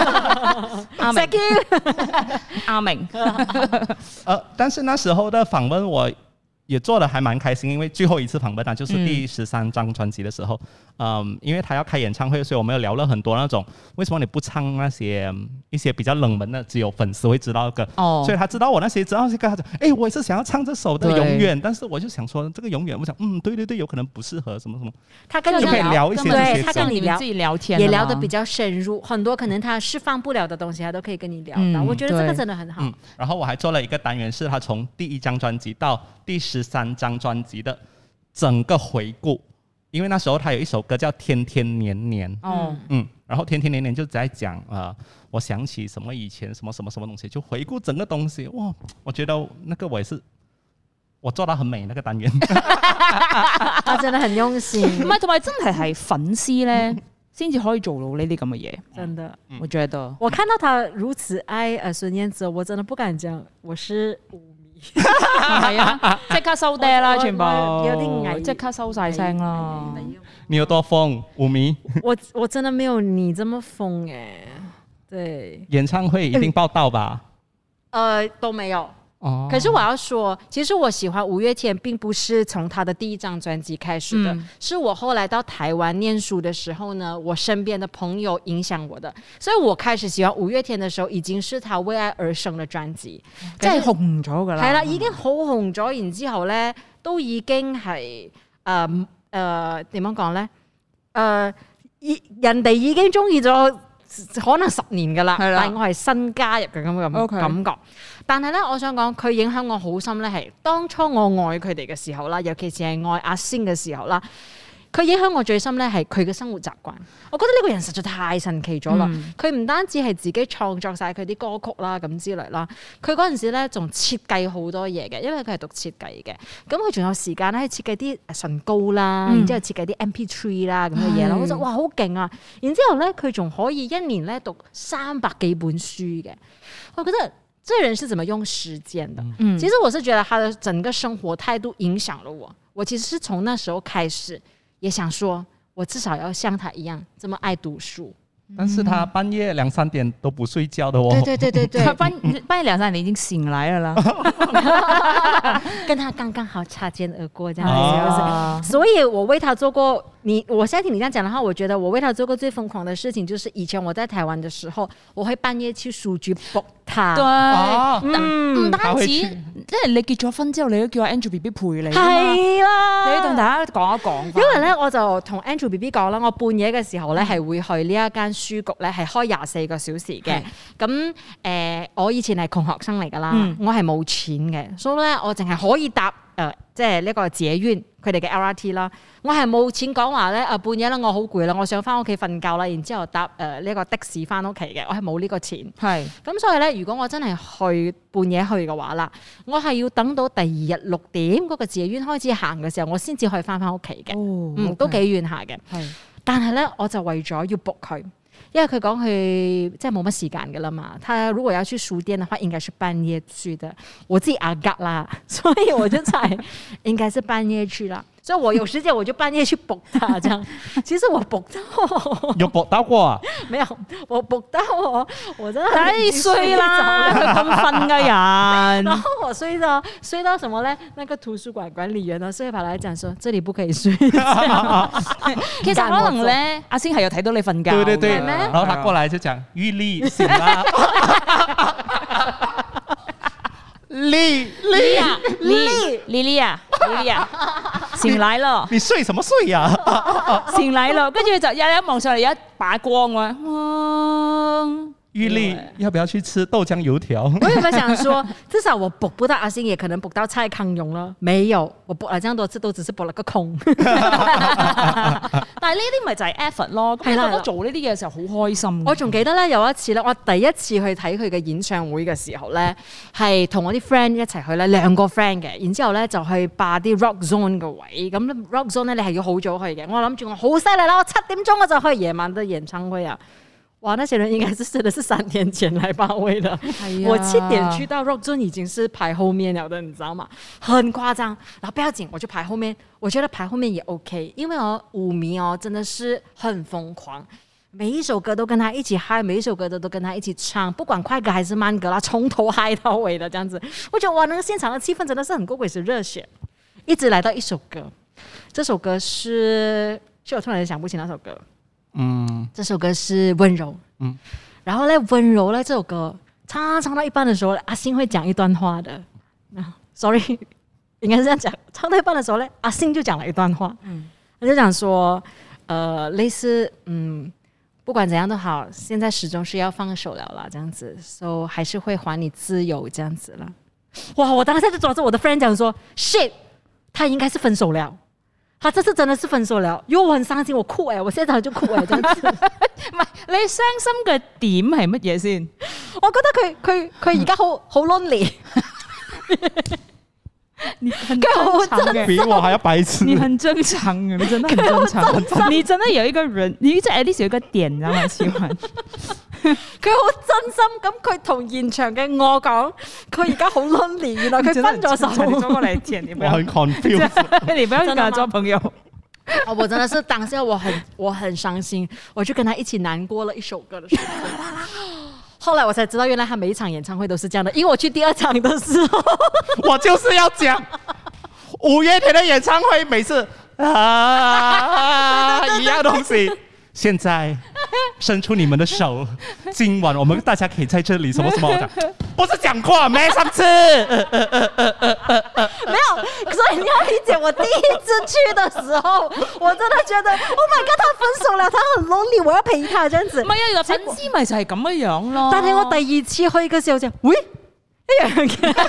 B: 阿明，
A: 但是那時候的訪問我也做得還蠻開心，因為最後一次訪問就是第13張專輯的時候，因為他要開演唱會，所以我們有聊了很多那種為什麼你不唱那些一些比較冷門的，只有粉絲會知道的歌，所以他知道我那些知道這個，他講我也是想要唱這首的永遠，但是我就想說這個永遠，我想對，有可能不適合什麼什麼，
C: 他跟你
A: 就可以聊一些這些，
C: 對，他跟你聊
B: 自己聊天，
C: 也聊得比較深入，很多可能他釋放不了的東西，他都可以跟你聊到，我覺得這個真的很好。
A: 然後我還做了一個單元，是他從第1張專輯到第13張專輯的整個回顧，因為那時候他有一首歌叫《天天年年》，然後《天天年年》就在講我想起什麼以前什麼東西，就回顧整個東西。哇，我覺得那個我做得很美那個單元，
C: 他真的很用心。
B: 唔係，同埋真係粉絲咧，先至可以做到呢啲咁嘅嘢。
C: 真的，
B: 我覺得
C: 我看到他如此愛孫燕姿，我真的不敢講我是
B: 係啊，即刻收爹啦，全部
C: 有啲
B: 即刻收晒聲啦。
A: 你有多瘋，5迷？
C: 我真的沒有你這麼瘋對。
A: 演唱會一定報到吧？
C: 都沒有。可是我要說，其實我喜歡五月天，並不是從他的第1張專輯開始的，是我後來到台灣念書的時候呢，我身邊的朋友影響我的，所以我開始喜歡五月天的時候，已經是他為愛而生的專輯，即
B: 係紅咗噶啦，
C: 係啦，已經好紅咗，然之後咧都已經係點樣講咧？人哋已經中意咗可能10年噶啦，但係我係新加入嘅咁感覺。但係咧，我想講佢影響我好深咧，係當初我愛佢哋嘅時候啦，尤其是係愛阿仙嘅時候啦，佢影響我最深咧係佢嘅生活習慣。我覺得呢個人實在太神奇咗啦！佢唔單止係自己創作晒佢啲歌曲啦咁之類啦，佢嗰陣時咧仲設計好多嘢嘅，因為佢係讀設計嘅。咁佢仲有時間咧去設計啲唇膏啦，然之後設計啲 MP3 啦咁嘅嘢啦。我覺得哇好勁啊！然之後咧佢仲可以一年咧讀300幾本書嘅。我覺得這人是怎麼用時間的？其實我是覺得他的整個生活態度影響了我。我其實是從那時候開始，也想說我至少要像他一樣這麼愛讀書。
A: 但是他半夜2、3點都不睡覺的哦。
C: 對，
B: 他半夜2、3點已經醒來了啦，
C: 跟他剛剛好擦肩而過這樣子，是不是？所以我為他做過。我現在聽你這樣講的話，我覺得我為他做過最瘋狂的事情，就是以前我在台灣的時候，我會半夜去書局撲他。
B: 對，唔單止，即係你結咗婚之後，你都叫阿 Angel BB 陪你。
C: 係啦，
B: 你要同大家講一講。
C: 因為咧，我就同 Angel BB 講啦，我半夜嘅時候咧係會去呢一間書局咧，係開24個小時嘅。咁我以前係窮學生嚟㗎啦，我係冇錢嘅，所以咧我淨係可以搭即係呢個捷運佢哋嘅 LRT 啦，我係冇錢講話咧半夜咧我好攰啦，我想翻屋企瞓覺啦，然之後搭呢個的士翻屋企嘅，我係冇呢個錢。係咁所以咧，如果我真係去半夜去嘅話啦，我係要等到第2日6點嗰個捷運開始行嘅時候，我先至可以翻屋企嘅。都幾遠下嘅。係，但係咧我就為咗要 book 佢。因為佢講佢即係冇乜時間㗎啦嘛，他如果要去書店的話，應該是半夜去的。我自己阿格啦，所以我就猜應該是半夜去啦。所以我有時間我就半夜去搏他，這樣。其實我搏到，
A: 有搏到過啊？
C: 沒有，我搏到我真係
B: 太衰啦，佢咁瞓嘅人。
C: 然後我睡到什麼咧？那個圖書館管理員呢，所以跑來講說，這裡不可以睡。其
B: 實可能咧，阿星係有睇到你瞓覺。
A: 對，然後他過來就講：玉麗醒啦。莉莉莉莉啊！
B: 醒來了，
A: 你睡什麼睡呀？
B: 醒來了，跟住就一望上嚟一把光喎，
A: 玉麗要不要去吃豆漿油條？
C: 我有沒有想說，至少我卜不到阿星，也可能卜到蔡康永了。沒有，我卜了這樣多次，都只是卜了個空。
B: 但係呢啲咪就係 effort 咯。咁我覺得做呢啲嘢嘅時候好開心。
C: 我仲記得咧，有一次咧，我第一次去睇佢嘅演唱會嘅時候咧，係同我啲 friend 一齊去咧，2個 friend 嘅，然之後咧就去霸啲 rock zone 嘅位。咁 rock zone 咧，你係要好早去嘅。我諗住我好犀利啦，我7點鐘我就去夜晚的演唱會啊！哇，那些人應該是真的是3天前來霸位的。我7點去到 Rock Zone 已經是排後面了的，你知道嗎？很誇張。然後不要緊，我就排後面。我覺得排後面也 OK，因為舞迷真的是很瘋狂，每一首歌都跟他一起嗨，每一首歌都跟他一起唱，不管快歌還是慢歌啦，從頭嗨到尾的這樣子。我覺得哇，那個現場的氣氛真的是很過鬼，是熱血。一直來到一首歌，這首歌是我突然間想不起那首歌。這首歌是溫柔。然後呢，溫柔呢，這首歌唱到一半的時候，阿星會講一段話的。sorry， 應該是這樣講。唱到一半的時候呢，阿星就講了一段話。他就講說，類似不管怎樣都好，現在始終是要放手了啦，這樣子，所以還是會還你自由，這樣子啦。哇！我當時就抓着我的 friend 講說 ，shit， 他應該是分手了。他這次真的是分手了，因為我很傷心，我哭我現在就哭這樣子。
B: 唔係你傷心嘅點係乜嘢先？
C: 我覺得佢而家好 lonely。
B: 你很正常嘅，
A: 比我還要白痴。
B: 你很正常嘅，你真的很正常。你真的有一個人，你即係 at least 有一個點，你知道嗎？喜歡。
C: 佢好真心咁，佢同現場嘅我講，佢而家好 lonely， 原來佢分咗手。
B: 你坐過嚟前，你
A: 我很 confused，
B: 你不要跟他做朋友。
C: 我真的是當下我很傷心，我就跟他一起難過了一首歌的時候。後來我才知道，原來他每一場演唱會都是這樣的。因為我去第2場的時候，
A: 我就是要講5月天的演唱會，每次一樣東西。現在伸出你們的手，今晚我們大家可以在這裡什麼什麼講，不是講過沒上次。沒
C: 有，所以你要理解我第一次去的時候，我真的覺得 Oh my God， 他分手了，他很 lonely， 我要陪他這樣子。
B: 唔係啊，粉絲咪就係咁嘅樣咯。
C: 但係我第2次去嘅時候就，喂，一樣嘅。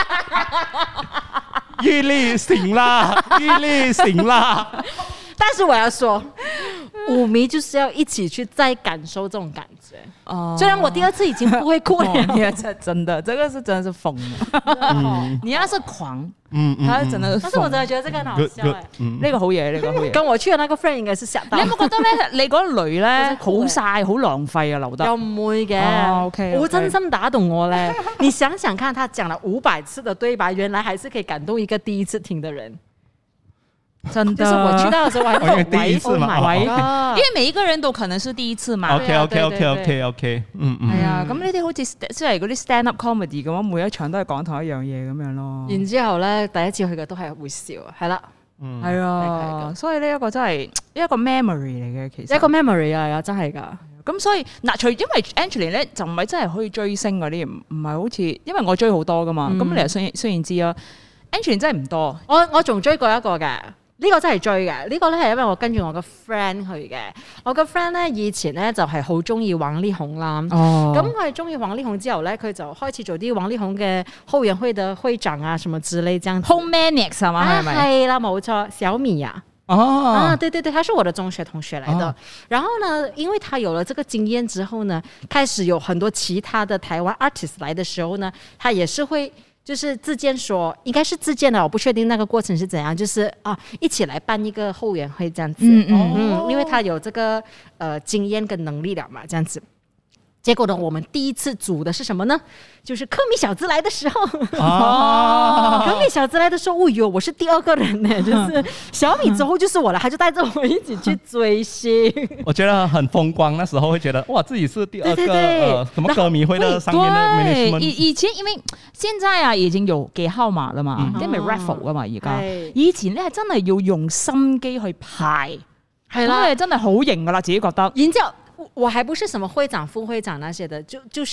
A: 玉麗醒啦，玉麗醒啦。
C: 但是我要說，舞迷就是要一起去再感受這種感覺。雖然我第2次已經不會哭了，
B: 真的，這個是真的是瘋了。你要是狂，他真的是瘋。
C: 但是我真的覺得這個很好笑。
B: 呢個好嘢，呢個好嘢。跟
C: 我去嘅那個 friend 應該是嚇到。
B: 你有冇覺得咧？你嗰女咧好曬，好浪費啊，留得。
C: 又唔會嘅，OK，好真心打動我咧。你想想看，他講了500次的對白，原來還是可以感動一個第1次聽的人。真的，就是我去到的時候，我還
A: 第1次嘛，
B: 因為每一個人都可能是第1次嘛。
A: OK， 係
B: 啊，咁呢啲好似即係嗰啲 stand up comedy 咁，每一場都係講同一樣嘢咁樣咯。
C: 然之後咧，第1次去嘅都係會笑，係啦，
B: 係啊，所以呢一個真係一個 memory 嚟嘅，其實
C: 一個 memory 啊，真係噶。
B: 咁所以嗱，因為 Angeline 咧就唔係真係可以追星嗰啲，唔係好似，因為我追好多噶嘛。咁你又雖然知啊 ，Angeline 真係唔多。我仲追過一個嘅。呢個真係追嘅，呢個咧係因為我跟住我個 friend 去嘅。我個 friend 咧以前咧就係好中意王力宏啦。咁佢係中意王力宏之後咧，佢就開始做啲王力宏嘅後援會的會長啊，什麼之類這樣。 Home Maniacs 係嘛？係咪？
C: 係啦，冇錯，小米呀。對對對，他是我的中學同學來的。然後呢，因為他有了這個經驗之後呢，開始有很多其他的台灣 artist 來的時候呢，他也是會。就是自薦說，應該是自薦的，我不確定那個過程是怎樣。就是一起來辦一個後援會這樣子。因為他有這個經驗跟能力了嘛，這樣子。結果呢，我們第1次組的是什麼呢？就是科米小子來的時候。科米小子來的時候，哦喲，我是第2個人呢，就是小米之後就是我了，他就帶着我一起去追星。
A: 我覺得很風光，那時候會覺得哇，自己是第2個什麼歌迷會的上面的 management。
B: 以前因為現在啊已經有幾號碼了嘛，因為 raffle 噶嘛而家。以前咧係真係要用心機去排，係啦，真係好型噶啦，自己覺得。
C: 然之後我還不是什麼會長、副會長那些的，就是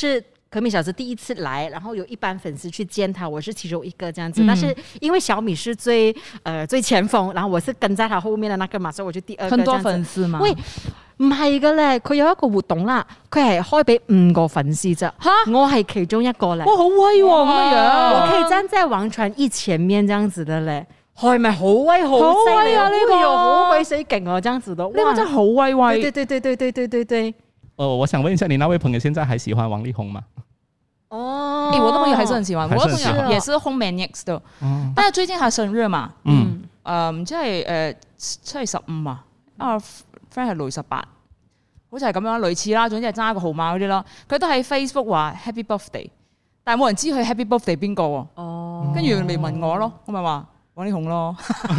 C: 可米小子第一次来，然后有一班粉丝去见他，我是其中一个這樣子。但是因為小米是最前鋒，然後我是跟在他後面的那個嘛，所以我就第二個。
B: 很多粉絲嘛？
C: 喂，唔係嘅咧，佢有一個活動啦，佢係開俾5個粉絲啫。我係其中一個咧。
B: 哇，好威喎咁樣，
C: 我可以站在王傳義前面這樣子的咧。係咪好威好犀利啊？呢個好鬼死勁啊！這樣子的，
B: 呢個真係好威威。
C: 對。
A: 我想問一下，你那位朋友現在還喜歡王力宏嗎？
B: 哦，我的朋友還是很喜歡，我的朋友也是 Home Maniacs 的。但係最近他生日嘛，即係7月15啊，friend 係6月18，好似係咁樣類似啦，總之係爭一個號碼嗰啲咯。佢都喺 Facebook 話 Happy Birthday， 但係冇人知佢 Happy Birthday 邊個喎。哦，跟住嚟問我咯，我咪話。王力宏咯，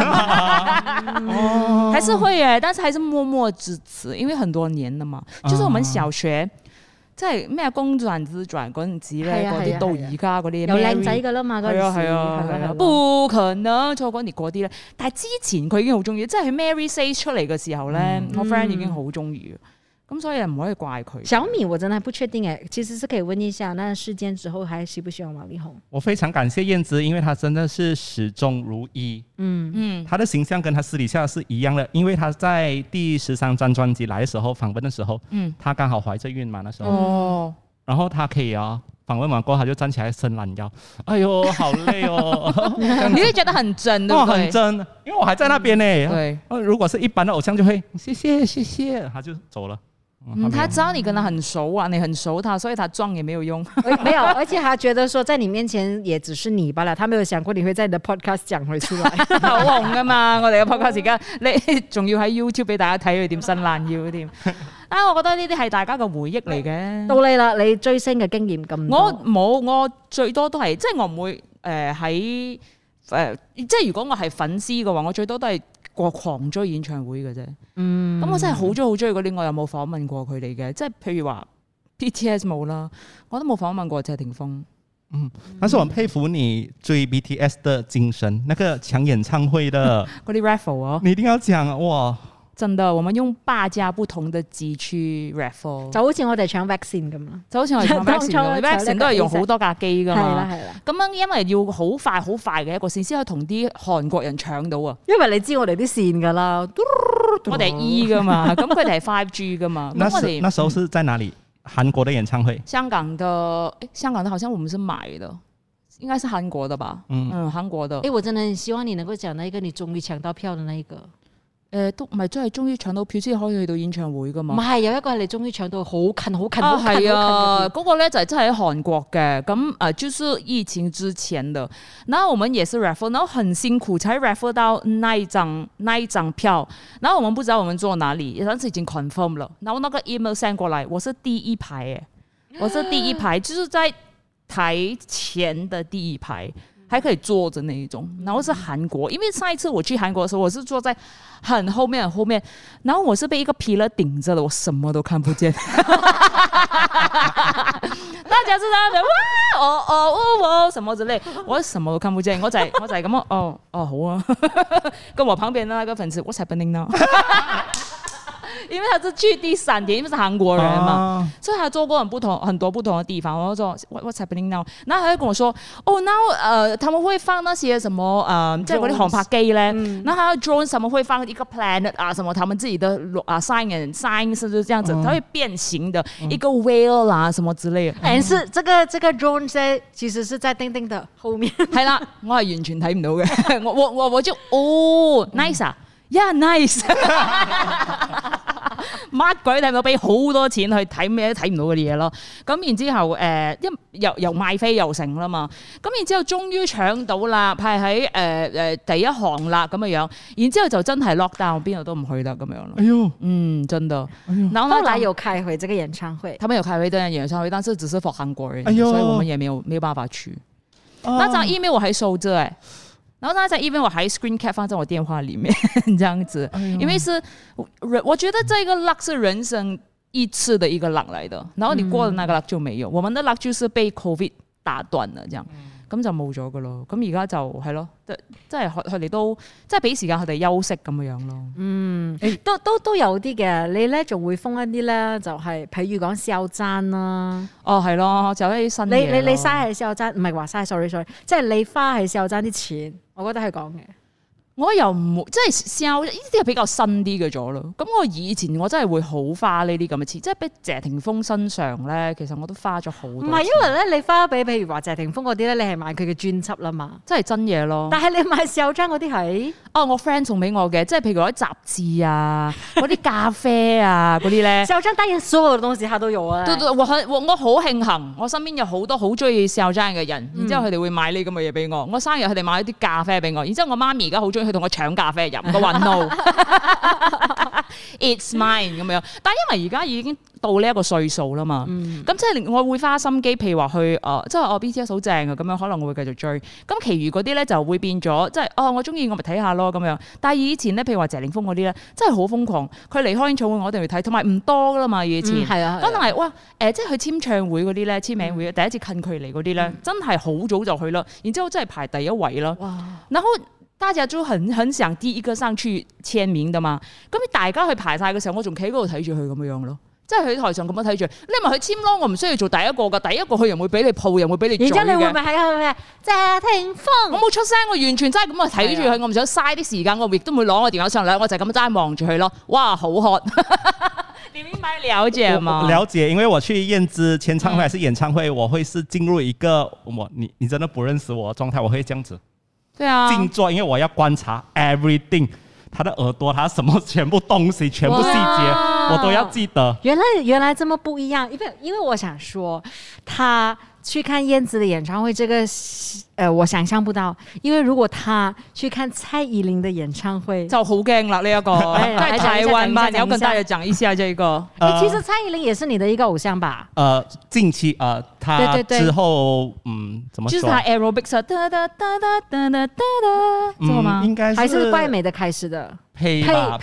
B: 還是會耶，但是還是默默支持，因為很多年了嘛。就是我們小學即係咩公轉自轉嗰陣時咧，嗰啲到而家嗰啲
C: 有靚仔噶啦嘛，嗰陣時係啊，
B: 不可能錯過你嗰啲咧。但係之前佢已經好中意，即係佢 Mary Says 出嚟嘅時候咧，我 friend 已經好中意。咁所以唔可以怪佢。小
C: 米我真的不確定誒，其實是可以問一下，那事件之後還喜不喜歡王力宏？
A: 我非常感謝燕姿，因為他真的是始終如一。他的形象跟他私底下是一樣的，因為他在第13張專輯來的時候訪問的時候，他剛好懷着孕嘛，那時候，然後他可以訪問完過後，他就站起來伸懶腰，哎呦，好累哦！
B: 你會覺得很真，對不對？
A: 很真，因為我還在那邊呢。
B: 對，
A: 如果是一般的偶像，就會謝謝，他就走了。
B: 他知道你跟他很熟啊，你很熟他，所以他裝也沒有用。
C: 沒有，而且他覺得說在你面前也只是你罷了，他沒有想過你會在你的 podcast 講佢出來。
B: 好紅噶嘛，我哋嘅 podcast 而家你仲要喺 YouTube 俾大家睇佢點伸懶腰添。我覺得呢啲係大家嘅回憶嚟嘅。到你啦，你追星嘅經驗咁多。我冇，我最多都係即係我唔會喺即係如果我係粉絲嘅話，我最多都係狂追演唱會嘅啫。咁我真係好追嗰啲，我有冇訪問過佢哋嘅？即係譬如話 BTS 冇啦，我都冇訪問過謝霆鋒。
A: 但是我很佩服你追 BTS 的精神，那個搶演唱會的
B: 嗰啲 raffle 啊，
A: 你一定要講哇！
B: 真的，我們用8家不同的機去 raffle，
C: 就好似我哋搶 vaccine 咁啦，
B: 就好似我哋搶 vaccine 都係用好多架機噶嘛。
C: 係啦。
B: 咁樣因為要好快嘅一個線先可以同啲韓國人搶到啊。
C: 因為你知我哋啲線噶啦，
B: 我哋係 E 噶嘛，咁佢哋係 5G 噶嘛。
A: 那時候是在哪裡？韓國的演唱會？
B: 香港的好像我們是買的，應該是韓國的吧？韓國的。我
C: 真的很希望你能夠講那一個你終於搶到票的那一個。
B: 都唔係真係終於搶到票先可以去到演唱會噶嘛？
C: 唔係，有一個係你終於搶到好近
B: 係啊！嗰個咧就係真係喺韓國嘅，咁就是疫情之前的。然後我們也是 raffle， 然後很辛苦才 raffle 到那一張票。然後我們不知道我們坐哪裡，但是已經 confirm 了。然後那個 email send 過來，我是第一排我是第一排，就是在台前的第一排。還可以坐着那一種，然後是韓國，因為上一次我去韓國的時候，我是坐在很後面，然後我是被一個 pillar 頂着的，我什麼都看不見。大家知道哇，什麼之類，我什麼都看不見，我就係咁好啊，跟我旁邊的那個粉絲 What's happening now？因為他是去第3天，因為是韓國人嘛，所以他做過很多不同的地方。我就說 What's happening now？ 然後他就跟我說now 他們會放那些什麼即係嗰啲航拍機咧，然後還有 drone 什麼會放一個 planet 啊，什麼他們自己的sign 是這樣子，它會變形的一個 whale 啊，什麼之類的。
C: 是這個 drone 其實是在釘釘的後面。係啦，
B: 我係完全睇唔到嘅，我就nice 啊。Yeah, nice 乜鬼睇唔到，俾好多錢去睇咩都睇唔到嘅嘢咯。咁然之後又賣飛又成啦嘛。咁然之後終於搶到啦，排喺第一行啦咁嘅樣。然之後就真係 lock down，邊度都唔去得咁樣咯。哎呦，真的。然後後來有開回這個演唱會，他們有開回這個演唱會，但是只是 for 韓國人，所以我們也沒有辦法去。那張 email 我還收着然後他在一邊我還 screen cap 放在我電話裡面這樣子，因為是我覺得這個 luck 是人生一次的一個 luck 來的，然後你過了那個 luck 就沒有，我們的 luck 就是被 COVID 打斷了這樣。 咁就冇咗噶咯。咁而家就係咯，即係佢哋都即係俾時間佢哋休息咁樣咯。
C: 都有啲嘅，你咧仲會封一啲咧，就係譬如講肖讚啦。
B: 哦，係咯，就一啲新嘢。
C: 你嘥喺肖讚，唔係話嘥 sorry，即係你花喺肖讚啲錢，我覺得係講嘅。
B: 我又唔即係笑呢啲係比較新啲嘅咗咯。咁我以前我真係會好花呢啲咁嘅錢，即係俾謝霆鋒身上咧，其實我都花咗好多錢。
C: 唔係因為咧，你花俾譬如話謝霆鋒嗰啲咧，你係買佢嘅專輯啦嘛，
B: 真係真嘢咯。
C: 但係你買肖戰嗰啲係
B: 我 friend 送俾我嘅，即係譬如嗰啲雜誌啊，嗰啲咖啡啊嗰啲咧。
C: 肖戰當然所有嘅東西他都有啊。
B: 我好慶幸，我身邊有好多好中意肖戰嘅人，然之後佢哋會買呢咁嘅嘢俾我。我生日佢哋買一啲咖啡俾我，然之後我媽咪而家好中意。佢同我搶咖啡飲，我話 no，it's mine 咁樣。但係因為而家已經到呢一個歲數啦嘛，咁即係我會花心機，譬如話去即係BTS 好正啊，咁樣可能我會繼續追。咁其餘嗰啲咧就會變咗，即係我中意我咪睇下咯咁樣。但係以前咧，譬如話謝霆鋒嗰啲咧，真係好瘋狂。佢離開演唱會我一定要睇，同埋唔多噶啦嘛以前。
C: 係啊，
B: 可能係哇即係去簽唱會嗰啲咧，簽名會第一次近距離嗰啲咧，真係好早就去啦。然之後真係排第一位啦。然後大家都很想第一個上去簽名的嘛，咁大家去排晒嘅時候，我仲企喺嗰度睇住佢咁樣咯，即係喺台上咁樣睇住，你咪去簽咯，我唔需要做第一個噶，第一個佢又會俾你抱，又會俾你嘴嘅。然之後你會唔會係謝霆鋒？我冇出聲，我完全真係咁啊睇住佢，我唔想嘥啲時間，我亦都唔會攞我電話上嚟，我就咁齋望住佢咯。哇，好喝！你明白了解嗎？
A: 了解，因為我去燕姿簽唱會還是演唱會，我會是進入一個你真的不認識我的狀態，我會這樣子。
B: 對啊，
A: 靜坐，因為我要觀察 everything， 他的耳朵，他什麼全部東西，全部細節，我都要記得。
C: 原來這麼不一樣，因為我想說，他去看燕姿的演唱會，這個我想象不到，因為如果他去看蔡依林的演唱會，
B: 就好驚啦呢一個。在台灣嘛，你要跟大家講一下這個。
C: 其實蔡依林也是你的一個偶像吧？
A: 近期他之後怎麼說？
B: 就是他 aerobics 噠噠噠噠噠噠噠，知道嗎？
A: 應該是
C: 還是怪美的開始的。
A: 呸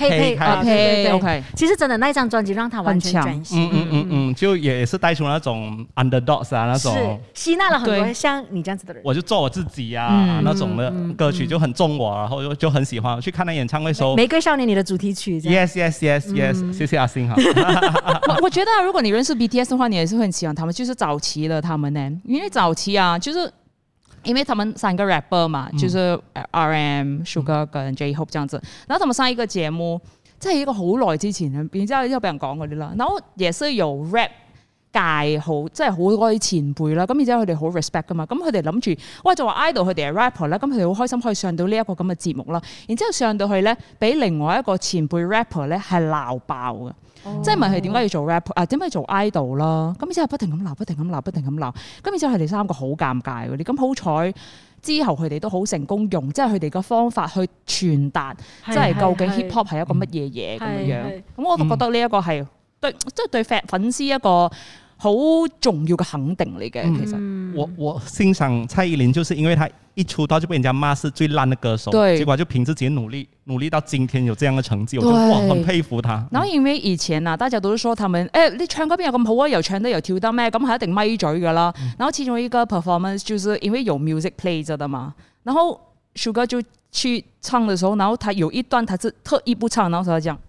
B: OK，
C: 其實真的那張專輯讓他完全轉型，
A: 就也是帶出那種 underdogs 啊，那種
C: 吸納了很多像你這樣子的人。
A: 我就做我自己啊，那種的歌曲就很中我，然後就很喜歡。去看那演唱會時候，
C: 玫瑰少年你的主題曲
A: ，yes， 謝謝阿星哈。
B: 我覺得如果你認識 BTS 的話，你也是會很喜歡他們，就是早期的他們呢，因為早期啊，就是。因為他們三個 rapper 嘛，就是 RM、Sugar 跟 J-Hope 這樣子，然後他們上一個節目，即係一個好耐之前，然之後俾人講嗰啲啦，然後也是有 rap 界好，即係好多啲前輩啦，咁然之後佢哋好 respect 噶嘛，咁佢哋諗住，喂就話 idol 佢哋係 rapper 啦，咁佢哋好開心可以上到呢一個咁嘅節目啦，然之後上到去咧，俾另外一個前輩 rapper 咧係鬧爆嘅。即係問佢點解要做 rap 點解要做 idol 啦？咁之後不停咁鬧，不停咁鬧，不停咁鬧。咁然之後佢哋三個好尷尬嗰啲。咁好彩之後佢哋都好成功用，即係佢哋嘅方法去傳達，即係究竟 hip hop 係一個乜嘢嘢咁樣。咁我都覺得呢一個係對，即係對粉絲一個好重要嘅肯定嚟嘅。其實
A: 我欣賞蔡依林，就是因為他一出道就被人家罵是最爛的歌手，結果就憑自己努力到今天有這樣的成績，我就很佩服他。
B: 然後因為以前啊，大家都是說他們你唱歌邊有咁好啊，又唱得又跳得咩，咁係一定咪嘴噶啦。然後其中一個 performance 就是因為有 music play 着的嘛，然後 Sugar 就去唱的時候，然後他有一段他是特意不唱，然後他講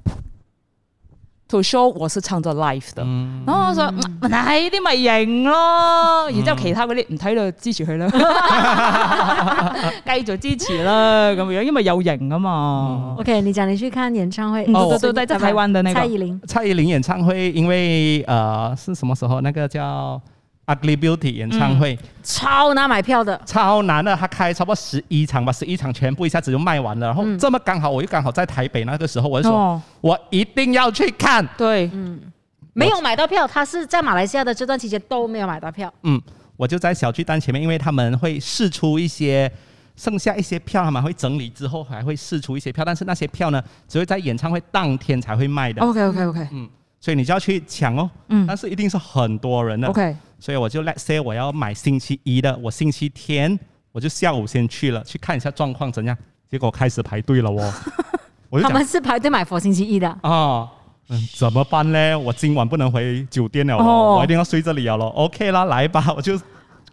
B: to show 我是唱咗 live 的，然後我說呢啲咪型咯，然之後其他嗰啲唔睇就支持佢啦，繼續支持啦咁樣，因為有型啊嘛。
C: OK， 你講你去看演唱會，
B: 對，在台灣的那個
A: 蔡依林演唱會，因為是什麼時候？那個叫Ugly Beauty 演唱會，
C: 超難買票的，
A: 超難的，他開差不多11場吧，11場全部一下子就賣完了。然後這麼剛好，我又剛好在台北，那個時候我就說，我一定要去看。
B: 對，
C: 沒有買到票，他是在馬來西亞的這段期間都沒有買到票。
A: 我就在小巨蛋前面，因為他們會釋出一些剩下一些票，他們會整理之後還會釋出一些票，但是那些票呢，只會在演唱會當天才會賣的。
B: OK，
A: 所以你就要去搶哦。但是一定是很多人的。
B: OK。
A: 所以我就 let's say 我要買星期一的，我星期天我就下午先去了，去看一下狀況怎樣。結果開始排隊了哦。
C: 他們是排隊買 for 星期一的
A: 啊。怎麼辦呢？我今晚不能回酒店了，我一定要睡這裡了。OK 啦，來吧，我就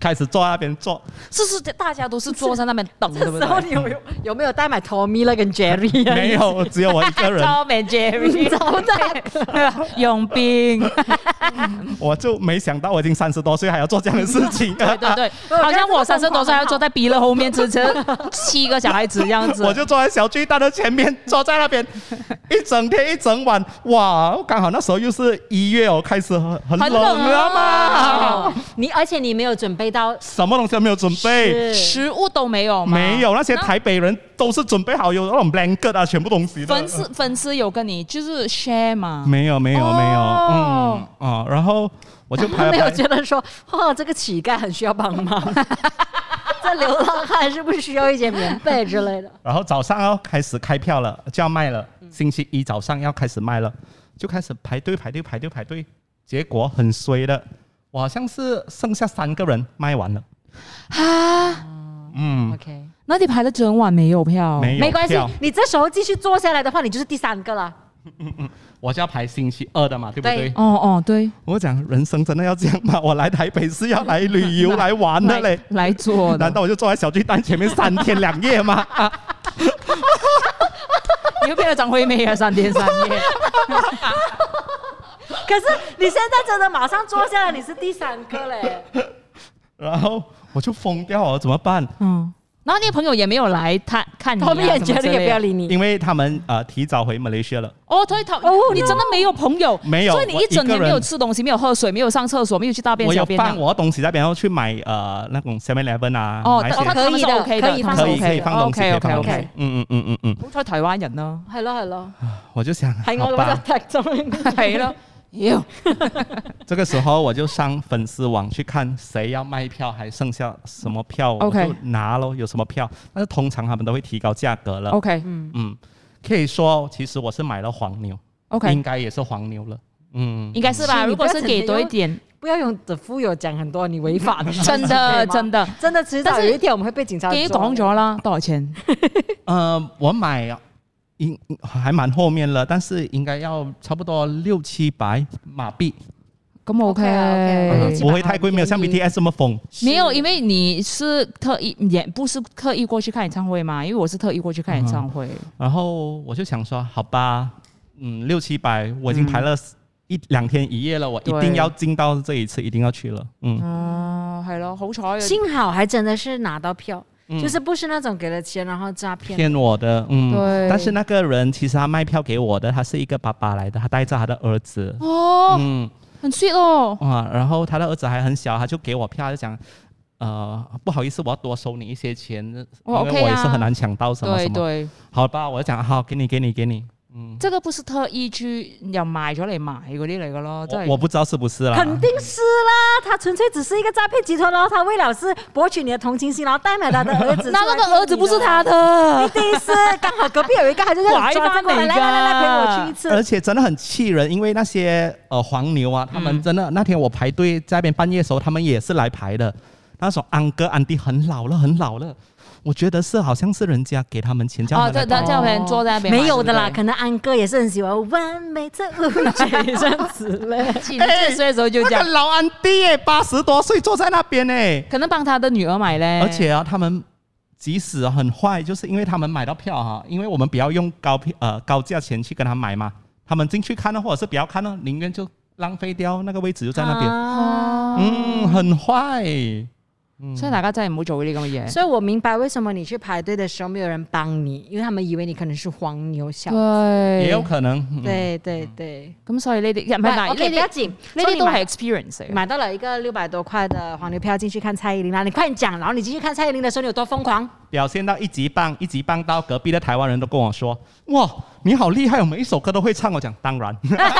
A: 开始坐在那边坐，
B: 是大家都是坐在那边等，对不
C: 这时候
B: 对？
C: 你有没有带买 Tommy 了跟 Jerry 啊？
A: 没有，只有我一个人，
B: 超美 Jerry，
C: 超大
B: 佣兵，
A: 我就没想到我已经30多岁还要做这样的事情。
B: 对对对，好像我30多岁还要坐在逼乐后面支持7个小孩子这样子。
A: 我就坐在小巨蛋的前面，坐在那边一整天一整晚，哇！刚好那时候又是1月哦，开始很冷了嘛。
C: 而且你没有准备到
A: 什么东西都没有准备，
B: 食物都没有吗？
A: 没有，那些台北人都是准备好有那种 blanket 啊，全部东西的。
B: 粉丝有跟你就是 share 吗？
A: 没有，然后我就拍了
C: 没有觉得说，这个乞丐很需要帮忙，这流浪汉是不是需要一些棉被之类的？
A: 然后早上要开始开票了，就要卖了。星期一早上要开始卖了，就开始排队，结果很衰的，我好像是剩下3个人卖完了。
C: OK，
B: 那你排了整晚没有票？
C: 没关系，你这时候继续坐下来的话，你就是第3个了。
A: 我就要排星期2的嘛，对不对？
B: 对。
A: 我讲人生真的要这样吗？我来台北是要来旅游来玩的嘞，
B: 来做的。
A: 难道我就坐在小巨蛋前面3天2夜吗？
B: 你又变成张惠妹啊，3天3夜。
C: 可是你现在真的马上坐下来，你是第3个嘞。
A: 然后我就疯掉了，怎么办？
B: 然后你的朋友也没有来看你，
C: 他们也觉得也不要理你，
A: 因为他们提早回马来西亚了。
B: 你真的没有朋友？
A: 没有，
B: 所以你一整天没有吃东西，没有喝水，没有上厕所，没有去大便小便。
A: 我有放我的东西在边，然后去买那种 7-Eleven 啊。
B: 可以的，可以
A: 放东西。
B: OK。好彩台灣人咯，
C: 係咯。
A: 我就想，
C: 係我咁樣踢中，
B: 係咯。
A: 这个时候我就上粉丝网去看谁要卖票，还剩下什么票，我就拿咯，有什么票。但是通常他们都会提高价格了。
B: OK，
A: 可以说其实我是买了黄牛
B: ，OK，
A: 应该也是黄牛了。
B: 应该是吧？如果是给多一点，
C: 不要用的富有讲很多你违法的，
B: 真的，
C: 迟早有一天我们会被警察抓。
B: 已經講咗啦，多少錢？
A: 我買還蠻後面了，但是應該要差不多600-700馬幣。
B: 咁 OK，
A: 不會太貴，沒有像 BTS 這麼瘋。
B: 沒有，因為你是特意，也不是刻意過去看演唱會嘛，因為我是特意過去看演唱會。
A: 然後我就想說，好吧，600-700，我已經排了1-2天1夜了，我一定要進到這一次，一定要去了。
B: 係咯，好彩。
C: 幸好還真的是拿到票。就是不是那種給了錢然後詐騙
A: 我的，
B: 對。
A: 但是那個人其實他賣票給我的，他是一個爸爸來的，他帶着他的兒子，
B: 很 sweet 哦。
A: 然後他的兒子還很小，他就給我票，就講，不好意思，我要多收你一些錢，因為我也是很難搶到什麼什麼。
B: 對，
A: 好吧，我就講好，給你。
B: 這個不是特意去又賣咗嚟賣嗰啲嚟嘅咯，真係
A: 我不知道是不是啦，
C: 肯定是啦，他純粹只是一個詐騙集團，然後他為了是博取你的同情心，然後帶買他的兒子，
B: 那個兒子不是他的，
C: 一定是剛好隔壁有一個，他就這樣抓過來，來陪我去一次。
A: 而且真的很氣人，因為那些黃牛啊，他們真的那天我排隊在那邊半夜的時候，他們也是來排的，那種安哥安迪很老了。我覺得是好像是人家給他們錢，叫他們
B: 叫人坐在那邊。
C: 沒有的啦，可能安哥也是很喜歡完美的誤解這樣子嘞。
B: 幾歲的時候就這樣。
A: 那個老安迪耶，80多歲坐在那邊誒，
B: 可能幫他的女兒買嘞。
A: 而且啊，他們即使很壞，就是因為他們買到票哈，因為我們不要用高價錢去跟他買嘛，他們進去看呢，或者是不要看呢，寧願就浪費掉那個位置就在那邊。很壞。
B: 所以大家真係唔好做呢啲咁嘅嘢。
C: 所以我明白為什麼你去排隊的時候沒有人幫你，因為他們以為你可能是黃牛小子。
B: 對，
A: 也有可能。
C: 對。
B: 咁所以呢啲唔係嗱，
C: 不要緊，
B: 呢啲都係 experience。
C: 買到了一個600多塊的黃牛票進去看蔡依林啦，你快點講，然後你進去看蔡依林的時候你有多瘋狂？
A: 表現到一級棒到隔壁的台灣人都跟我說：哇，你好厲害，我每一首歌都會唱。我講當然。因為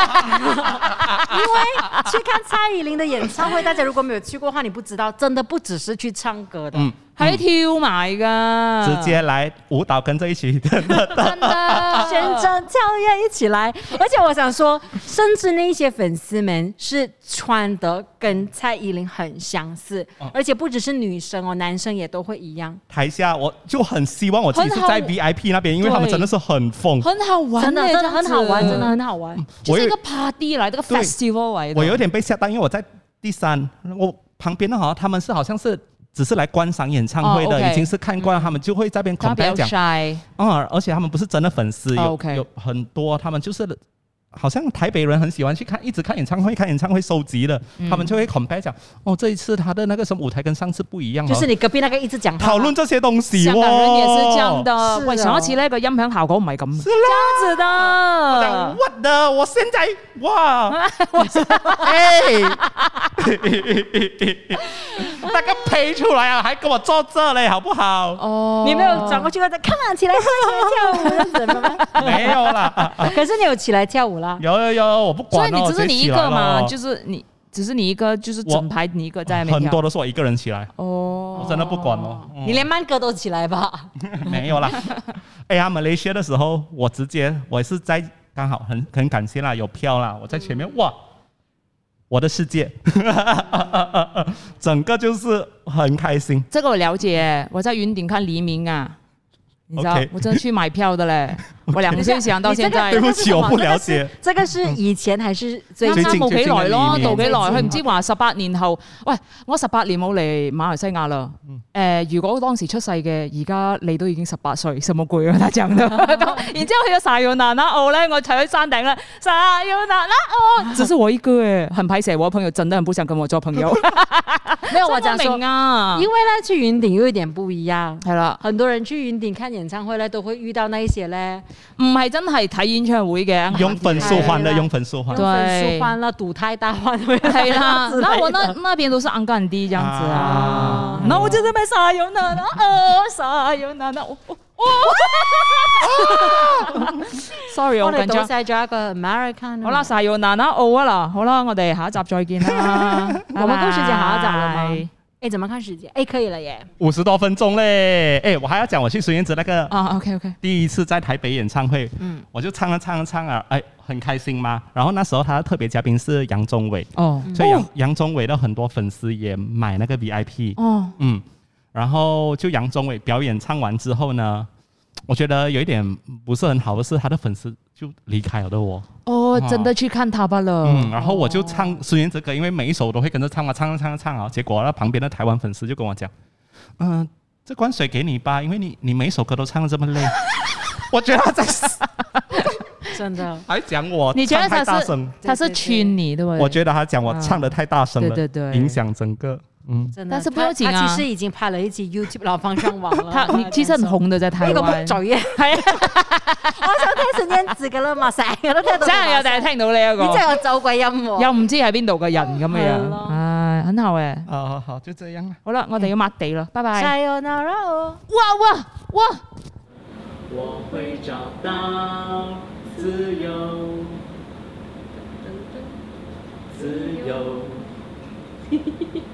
C: 去看蔡依林的演唱會，大家如果沒有去過的話，你不知道，真的不只是去唱歌的，
B: 還跳埋噶，
A: 直接來舞蹈跟着一起，真的
C: 旋轉跳躍一起來。而且我想說，甚至那一些粉絲們是穿得跟蔡依林很相似，而且不只是女生哦，男生也都會一樣。
A: 台下我就很希望我自己是在 VIP 那邊，因為他們真的是很瘋，
B: 很好玩，
C: 真的很好玩，真的很好玩。
B: 就是一個 party 來，這個 festival 來的。
A: 我有點被嚇到，因為我在第3，我旁边的他们是好像是只是来观赏演唱会的，已经是看惯，他们就会在那边compare讲，而且他们不是真的粉丝，有很多他们就是好像台北人很喜欢去看，一直看演唱会收集的，他们就会 compare 讲，这一次他的那个什么舞台跟上次不一样，
C: 就是你隔壁那个一直讲
A: 讨论这些東西。
B: 香港人也是這樣的，喂，上一次呢個音響效果唔係咁，這樣子的。
A: 我講 what 的，我現在哇，那個配出來啊，還跟我坐這嘞，好不好？
C: 哦，你沒有轉過去跟他看啊，起來跳舞，這樣子嗎？
A: 沒有啦，
C: 可是你有起來跳舞啦？
A: 有，我不管。
B: 所以你只是你一個嘛，就是你只是你一個，就是整排你一個在那邊跳。
A: 很多都是我一個人起來。我真的不管哦。
C: 你連慢歌都起來吧？
A: 沒有啦。Malaysia 的時候，我也是在剛好很感謝啦，有票啦，我在前面哇。我的世界整個就是很開心。
B: 這個我了解，我在雲頂看黎明啊，你知道，我真的去買票的嘞。我2歲想到現在，
A: 對不起，我不了解。
C: 這個是以前還是最
B: 近？冇幾耐咯，到幾耐？佢唔知話18年後，喂，我18年冇嚟馬來西亞啦。如果當時出世嘅，而家你都已經18歲，什麼鬼啊？他講的。然之後去咗Sayonara咧，我踩喺山頂啦，Sayonara，只是我一個誒，很排斥，我朋友真的很不想跟我做朋友。
C: 沒有，我講說啊，因為咧去雲頂有一點不一樣，係啦，很多人去雲頂看演唱會咧，都會遇到那一些咧。
B: 唔係真係睇演唱會嘅，
A: 用粉素換的，用粉素換，
C: 對，粉素換了，賭太大換回來，
B: 係啦。那我那邊都是安干地這樣子啊，那我就在買沙油奶奶，沙油奶奶，sorry， 我緊張。
C: 我哋倒曬咗一個 American。
B: 好啦，沙油奶奶澳啊啦，好啦，我哋下一集再見啦。
C: 我們看時間下一集了嗎？哎，怎麼看時間？哎，可以了耶
A: ，50多分鐘嘞！哎，我還要講我去孫燕姿那個
B: OK，
A: 第一次在台北演唱會，我就唱啊，哎，很開心嘛。然後那時候他的特別嘉賓是楊宗緯，所以楊宗緯的很多粉絲也買那個 VIP，然後就楊宗緯表演唱完之後呢，我覺得有一點不是很好的是，他的粉絲就離開了的我。
B: 真的去看他吧了。
A: 然後我就唱孫燕姿歌，因為每一首都會跟着唱嘛，唱啊。結果那旁邊的台灣粉絲就跟我講，這罐水給你吧，因為你每一首歌都唱得這麼累。我覺得他在
C: 真的
A: 還講我唱太大聲，
B: 他是勸你對不對？
A: 我覺得他講我唱得太大聲了，
B: 對，
A: 影響整個。
B: 但是不用緊啊，
C: 他其實已經拍了一集 YouTube 然後放上網了。
B: 你其實很紅的在台灣。呢個
C: 木嘴啊，係啊，我想聽孫燕姿噶啦嘛，成日都聽到。
B: 真係有第日聽到呢一個。
C: 你真係有走鬼音喎，
B: 又唔知喺邊度嘅人咁嘅樣。唉，很好誒。
A: 好，就這樣啦。
B: 好啦，我哋要抹地啦，拜拜。
C: Sayonara。
B: 哇！
A: 我會找到自由，自由。